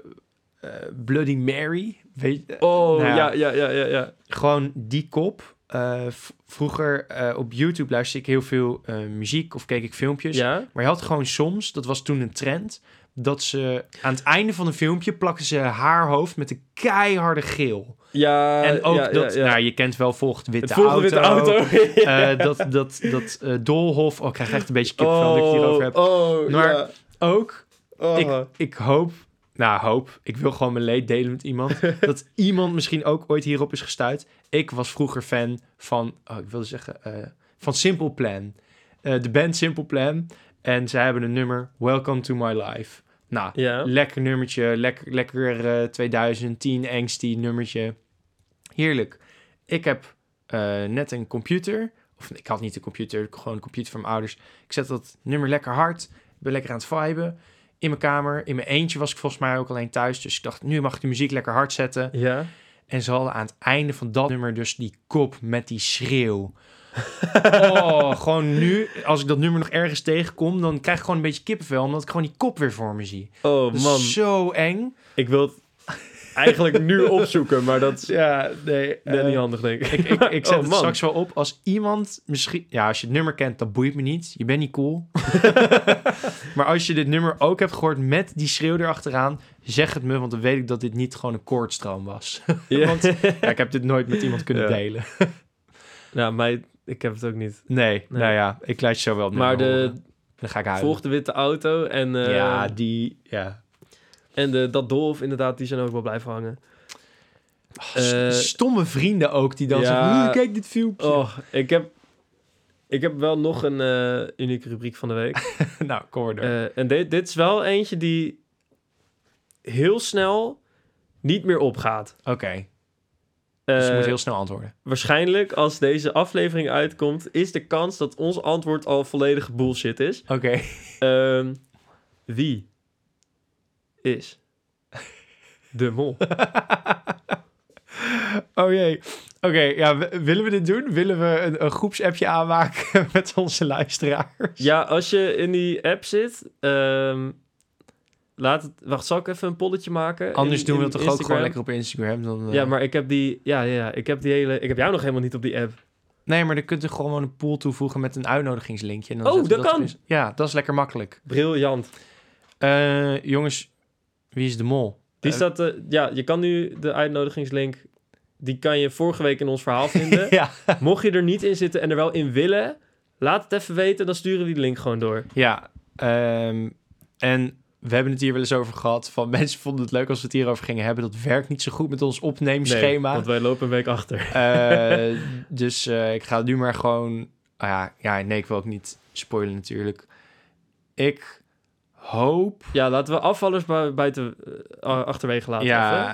Bloody Mary. Weet je? Ja. Gewoon die kop. vroeger op YouTube luisterde ik heel veel muziek of keek ik filmpjes. Ja? Maar je had gewoon soms, dat was toen een trend, dat ze aan het einde van een filmpje plakten ze haar hoofd met een keiharde geel. Ja, En ook nou, je kent wel Volgt de Witte Auto. Dat Doolhof. Oh, ik krijg echt een beetje kipvel dat ik het hierover heb. Maar ook, ik hoop, ik wil gewoon mijn leed delen met iemand. Dat iemand misschien ook ooit hierop is gestuurd. Ik was vroeger fan van, van Simple Plan. De band Simple Plan. En zij hebben een nummer, Welcome to My Life. Nou, lekker nummertje, lekker 2010 angsty nummertje. Heerlijk. Ik heb net een computer, of ik had niet een computer, gewoon een computer van mijn ouders. Ik zet dat nummer lekker hard, ik ben lekker aan het viben. In mijn kamer, in mijn eentje was ik volgens mij ook alleen thuis. Dus ik dacht, nu mag ik de muziek lekker hard zetten. Ja. En ze hadden aan het einde van dat nummer dus die kop met die schreeuw. Gewoon nu, als ik dat nummer nog ergens tegenkom, dan krijg ik gewoon een beetje kippenvel, omdat ik gewoon die kop weer voor me zie. Oh man. Zo eng. Ik wil het eigenlijk nu opzoeken, maar dat is net niet handig, denk ik. Ik zet het straks wel op. Als iemand misschien... Ja, als je het nummer kent, dan boeit me niet. Je bent niet cool. Maar als je dit nummer ook hebt gehoord met die schreeuw erachteraan, zeg het me, want dan weet ik dat dit niet gewoon een koordstroom was. Want ik heb dit nooit met iemand kunnen delen. Nou, ik heb het ook niet. Nee, nou ja, ik laat je zo wel op. Maar dan ga ik huilen. Volgt de Witte Auto en... En dat Doolhof, inderdaad, die zijn ook wel blijven hangen. Stomme vrienden ook, die dan zeggen, kijk dit filmpje. Oh, ik heb wel nog een unieke rubriek van de week. Nou, kom maar door. En dit is wel eentje die heel snel niet meer opgaat. Oké. Dus je moet heel snel antwoorden. Waarschijnlijk, als deze aflevering uitkomt, is de kans dat ons antwoord al volledige bullshit is. Oké. Wie is de mol? Oh jee. Oké, ja, willen we dit doen? Willen we een groepsappje aanmaken met onze luisteraars? Ja, als je in die app zit, wacht, zal ik even een polletje maken? Anders doen we het toch ook gewoon lekker op Instagram? Dan, Ja, maar ik heb ik heb jou nog helemaal niet op die app. Nee, maar dan kunt u gewoon een pool toevoegen met een uitnodigingslinkje. En dan dat kan! Ja, dat is lekker makkelijk. Briljant. Jongens, wie is de mol? Die staat, je kan nu de uitnodigingslink, die kan je vorige week in ons verhaal vinden. Mocht je er niet in zitten en er wel in willen, laat het even weten, dan sturen we die link gewoon door. Ja, en we hebben het hier wel eens over gehad, van mensen vonden het leuk als we het hierover gingen hebben. Dat werkt niet zo goed met ons opneemschema. Nee, want wij lopen een week achter. Dus ik ga nu maar gewoon... ik wil ook niet spoilen natuurlijk. Ik hoop... Ja, laten we afvallers buiten achterwege laten. Ja,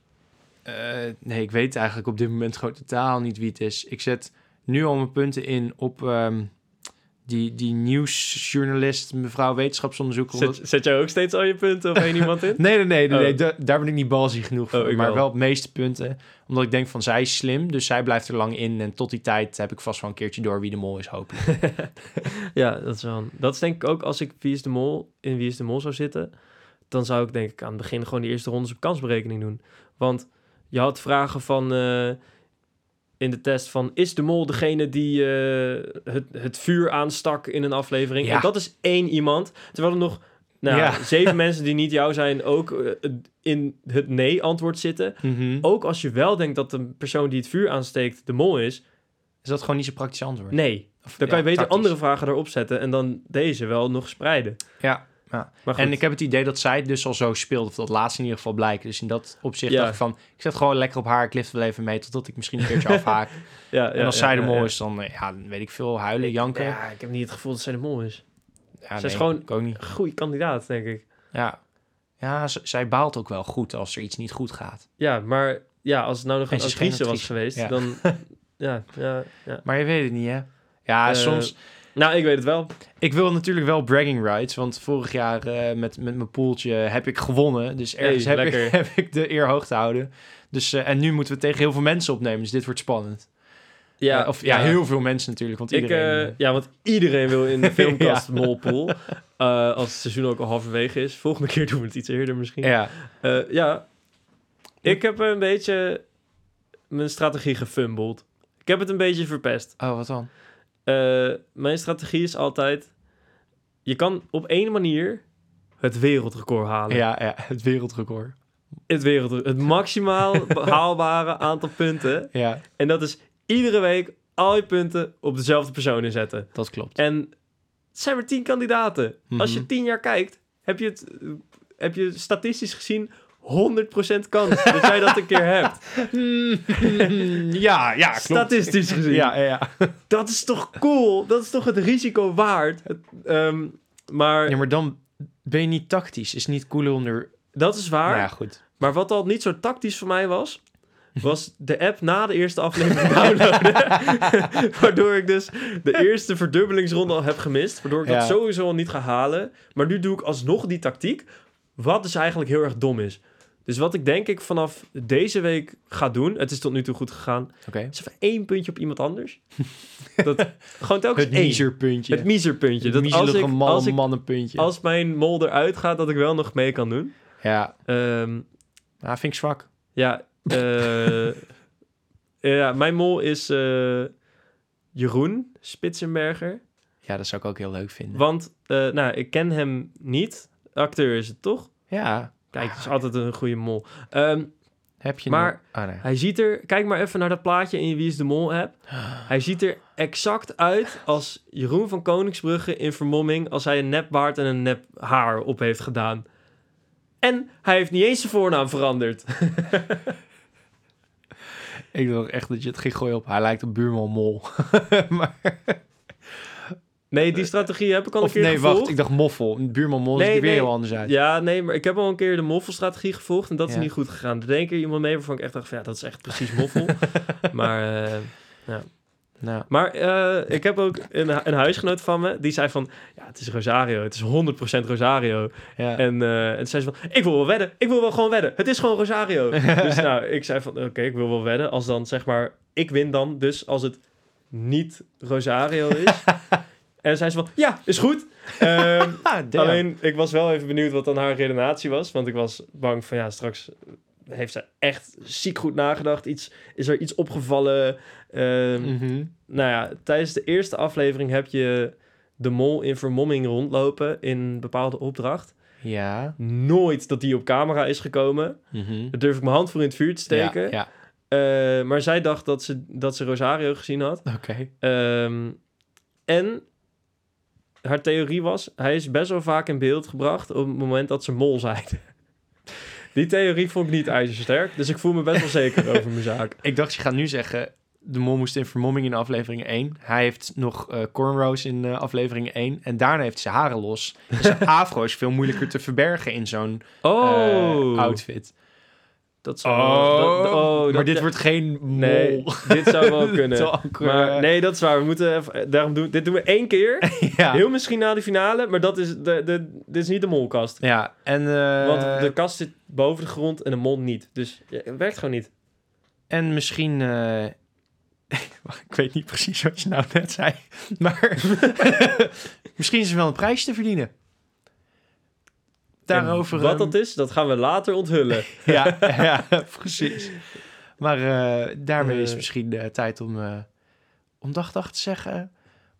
nee, ik weet eigenlijk op dit moment gewoon totaal niet wie het is. Ik zet nu al mijn punten in op die nieuwsjournalist, mevrouw wetenschapsonderzoeker. Zet jij ook steeds al je punten op één iemand in? Nee, daar ben ik niet balzie genoeg voor. Maar wel het meeste punten. Omdat ik denk van, zij is slim, dus zij blijft er lang in. En tot die tijd heb ik vast wel een keertje door wie de mol is, hopelijk. Ja, dat is denk ik ook, als ik Wie is de Mol zou zitten, dan zou ik denk ik aan het begin gewoon die eerste rondes op kansberekening doen. Want je had vragen van... in de test van, is de mol degene die het vuur aanstak in een aflevering? Ja. En dat is 1 iemand. Terwijl er nog 7 mensen die niet jou zijn ook in het nee-antwoord zitten. Mm-hmm. Ook als je wel denkt dat de persoon die het vuur aansteekt de mol is. Is dat gewoon niet zo'n praktisch antwoord? Nee. Dan kan je beter tactisch. andere vragen erop zetten en dan deze wel nog spreiden. Ja. En ik heb het idee dat zij het dus al zo speelt, of dat laatste in ieder geval blijkt. Dus in dat opzicht dacht ik van, ik zet gewoon lekker op haar, ik lift wel even mee, totdat ik misschien een keertje afhaak. En als zij de mol is, dan weet ik veel, huilen, janken. Ja, ik heb niet het gevoel dat zij de mol is. Ja, zij is gewoon ook niet. een goede kandidaat, denk ik. Ja, zij baalt ook wel goed als er iets niet goed gaat. Ja, maar als het nou nog een actrice was geweest, dan... Ja. Maar je weet het niet, hè? Ja, soms... Nou, ik weet het wel. Ik wil natuurlijk wel bragging rights, want vorig jaar met mijn poeltje heb ik gewonnen. Dus ergens heb ik de eer hoog te houden. Dus, en nu moeten we tegen heel veel mensen opnemen, dus dit wordt spannend. Heel veel mensen natuurlijk. Want iedereen... want iedereen wil in de filmkast molpool. Als het seizoen ook al halverwege is. Volgende keer doen we het iets eerder misschien. Ik heb een beetje mijn strategie gefumbled. Ik heb het een beetje verpest. Oh, wat dan? Mijn strategie is altijd... Je kan op één manier het wereldrecord halen. Ja, het wereldrecord. Het maximaal haalbare aantal punten. Ja, En dat is iedere week al je punten op dezelfde persoon inzetten. dat klopt. En het zijn maar 10 kandidaten. Als je 10 jaar kijkt, heb je statistisch gezien 100% kans dat jij dat een keer hebt. Ja, klopt. Statistisch gezien. Ja. Dat is toch cool? Dat is toch het risico waard? Maar Ja, maar dan ben je niet tactisch. Is niet cooler om er... dat is waar. Nou ja, goed. Maar wat al niet zo tactisch voor mij was de app na de eerste aflevering downloaden. Waardoor ik dus de eerste verdubbelingsronde al heb gemist. Waardoor ik dat sowieso al niet ga halen. Maar nu doe ik alsnog die tactiek. Wat dus eigenlijk heel erg dom is. Dus wat ik denk ik vanaf deze week ga doen... Het is tot nu toe goed gegaan. Oké. Is even 1 puntje op iemand anders. Gewoon telkens Het 1. miserpuntje. Het miserpuntje. Het Dat mannenpuntje. als mijn mol eruit gaat, dat ik wel nog mee kan doen. Ja. Ehm, Vind ik zwak. Ja, ja, mijn mol is Jeroen Spitsenberger. Ja, dat zou ik ook heel leuk vinden. Want, ik ken hem niet. Acteur is het toch? Ja. Kijk, het is altijd een goede mol. Heb je Maar nee. hij ziet er... Kijk maar even naar dat plaatje in je Wie is de Mol app. Hij ziet er exact uit als Jeroen van Koningsbrugge in vermomming... als hij een nepbaard en een nep haar op heeft gedaan. En hij heeft niet eens zijn voornaam veranderd. Ik dacht echt dat je het ging gooien op... Hij lijkt op buurman Mol. Maar... Nee, die strategie heb ik al een Of keer nee, gevolgd. wacht. Ik dacht moffel. Buurman Mol ziet er weer heel anders uit. Ja, nee, maar ik heb al een keer de moffelstrategie gevolgd... en dat is Ja. niet goed gegaan. Er deed een keer iemand mee waarvan ik echt dacht... van, ja, dat is echt precies moffel. Maar... Nou, Maar ik heb ook een huisgenoot van me... die zei van... ja, het is Rosario. Het is 100% Rosario. ja. En toen zei ze van... ik wil wel wedden. Ik wil wel gewoon wedden. Het is gewoon Rosario. Dus nou, ik zei van... oké, ik wil wel wedden. Als dan, zeg maar... ik win dan dus als het niet Rosario is. En zei ze van... ja, is goed. Alleen, ik was wel even benieuwd wat dan haar redenatie was. Want ik was bang van... ja, straks... heeft ze echt ziek goed nagedacht. Is er iets opgevallen? Nou ja, tijdens de eerste aflevering heb je de mol in vermomming rondlopen in een bepaalde opdracht. Ja. Nooit dat die op camera is gekomen. Daar durf ik mijn hand voor in het vuur te steken. Ja. Maar zij dacht dat ze Rosario gezien had. Oké. En haar theorie was... hij is best wel vaak in beeld gebracht... op het moment dat ze mol zeiden. Die theorie vond ik niet ijzersterk. Dus ik voel me best wel zeker over mijn zaak. Ik dacht, je gaat nu zeggen... De mol moest in vermomming in aflevering 1. Hij heeft nog cornrows in aflevering 1. En daarna heeft ze haren los. Dus zijn afro is veel moeilijker te verbergen in zo'n outfit. Dat zou maar dit wordt geen mol. Nee, dit zou wel kunnen. Maar nee, dat is waar. We moeten even, daarom dit doen we 1 keer. Ja. Heel misschien na de finale, maar dat is dit is niet de molkast. Ja, en... Want de kast zit boven de grond en de mol niet. Dus ja, het werkt gewoon niet. En misschien... ik weet niet precies wat je nou net zei. Maar misschien is er wel een prijs te verdienen. Daarover... En wat dat is, dat gaan we later onthullen. ja, precies. Maar daarmee is misschien tijd om dag te zeggen.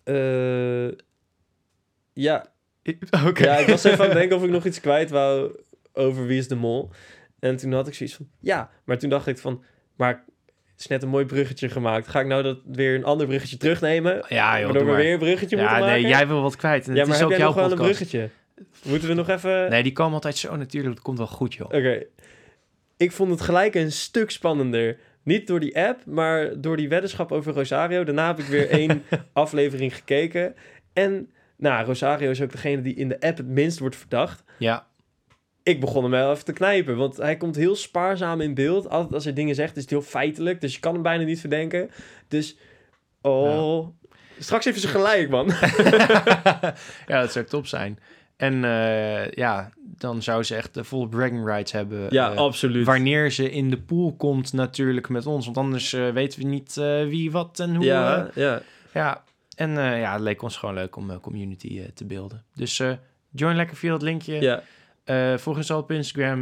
Ja. Oké. Ja, ik was even aan het denken of ik nog iets kwijt wou over Wie is de Mol. En toen had ik zoiets van, ja. Maar toen dacht ik van, maar het is net een mooi bruggetje gemaakt. Ga ik nou dat weer een ander bruggetje terugnemen? Ja, joh, waardoor we weer een bruggetje moeten maken? Nee, jij wil wat kwijt. En ja, het maar is heb ook jij jouw nog wel podcast. een bruggetje? Moeten we nog even... Nee, die komen altijd zo natuurlijk. Dat komt wel goed, joh. Oké. Ik vond het gelijk een stuk spannender. Niet door die app, maar door die weddenschap over Rosario. Daarna heb ik weer 1 aflevering gekeken. En, nou, Rosario is ook degene die in de app het minst wordt verdacht. Ja. Ik begon hem wel even te knijpen, want hij komt heel spaarzaam in beeld. Altijd als hij dingen zegt, is het heel feitelijk. Dus je kan hem bijna niet verdenken. Dus, straks even ze gelijk, man. Ja, dat zou top zijn. En dan zou ze echt de volle bragging rights hebben. Ja, absoluut. Wanneer ze in de pool komt natuurlijk met ons. Want anders weten we niet wie, wat en hoe. Ja. En het leek ons gewoon leuk om community te beelden. Dus join lekker via dat linkje. Ja. Volg ons al op Instagram.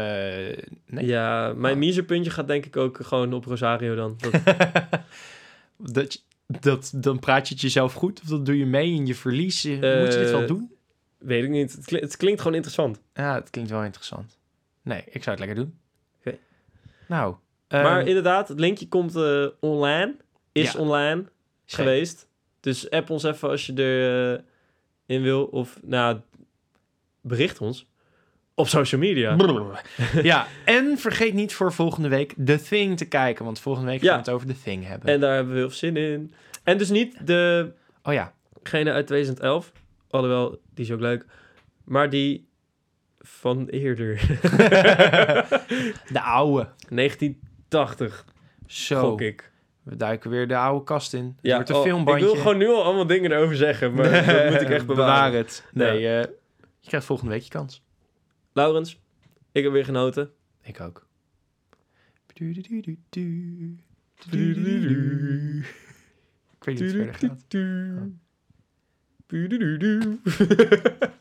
Nee? Ja, mijn miserpuntje gaat denk ik ook gewoon op Rosario dan. Dan praat je het jezelf goed of dat doe je mee in je verlies? Moet je dit wel doen? Weet ik niet. Het klinkt gewoon interessant. Ja, het klinkt wel interessant. Nee, ik zou het lekker doen. Oké. Nou. Maar inderdaad, het linkje komt online. Is online geweest. Dus app ons even als je er in wil. Of bericht ons. Op social media. Ja, en vergeet niet voor volgende week The Thing te kijken. Want volgende week gaan we het over The Thing hebben. En daar hebben we heel veel zin in. En dus niet degene uit 2011. Alhoewel, die is ook leuk. Maar die van eerder. De oude. 1980. Zo. Gok ik. We duiken weer de oude kast in. Ja, wordt een filmbandje. Ik wil gewoon nu al allemaal dingen erover zeggen. Maar dat moet ik echt bewaren. Het. Nee, je krijgt volgende week je kans. Laurens, ik heb weer genoten. Ik ook. Ik weet niet hoe het verder gaat.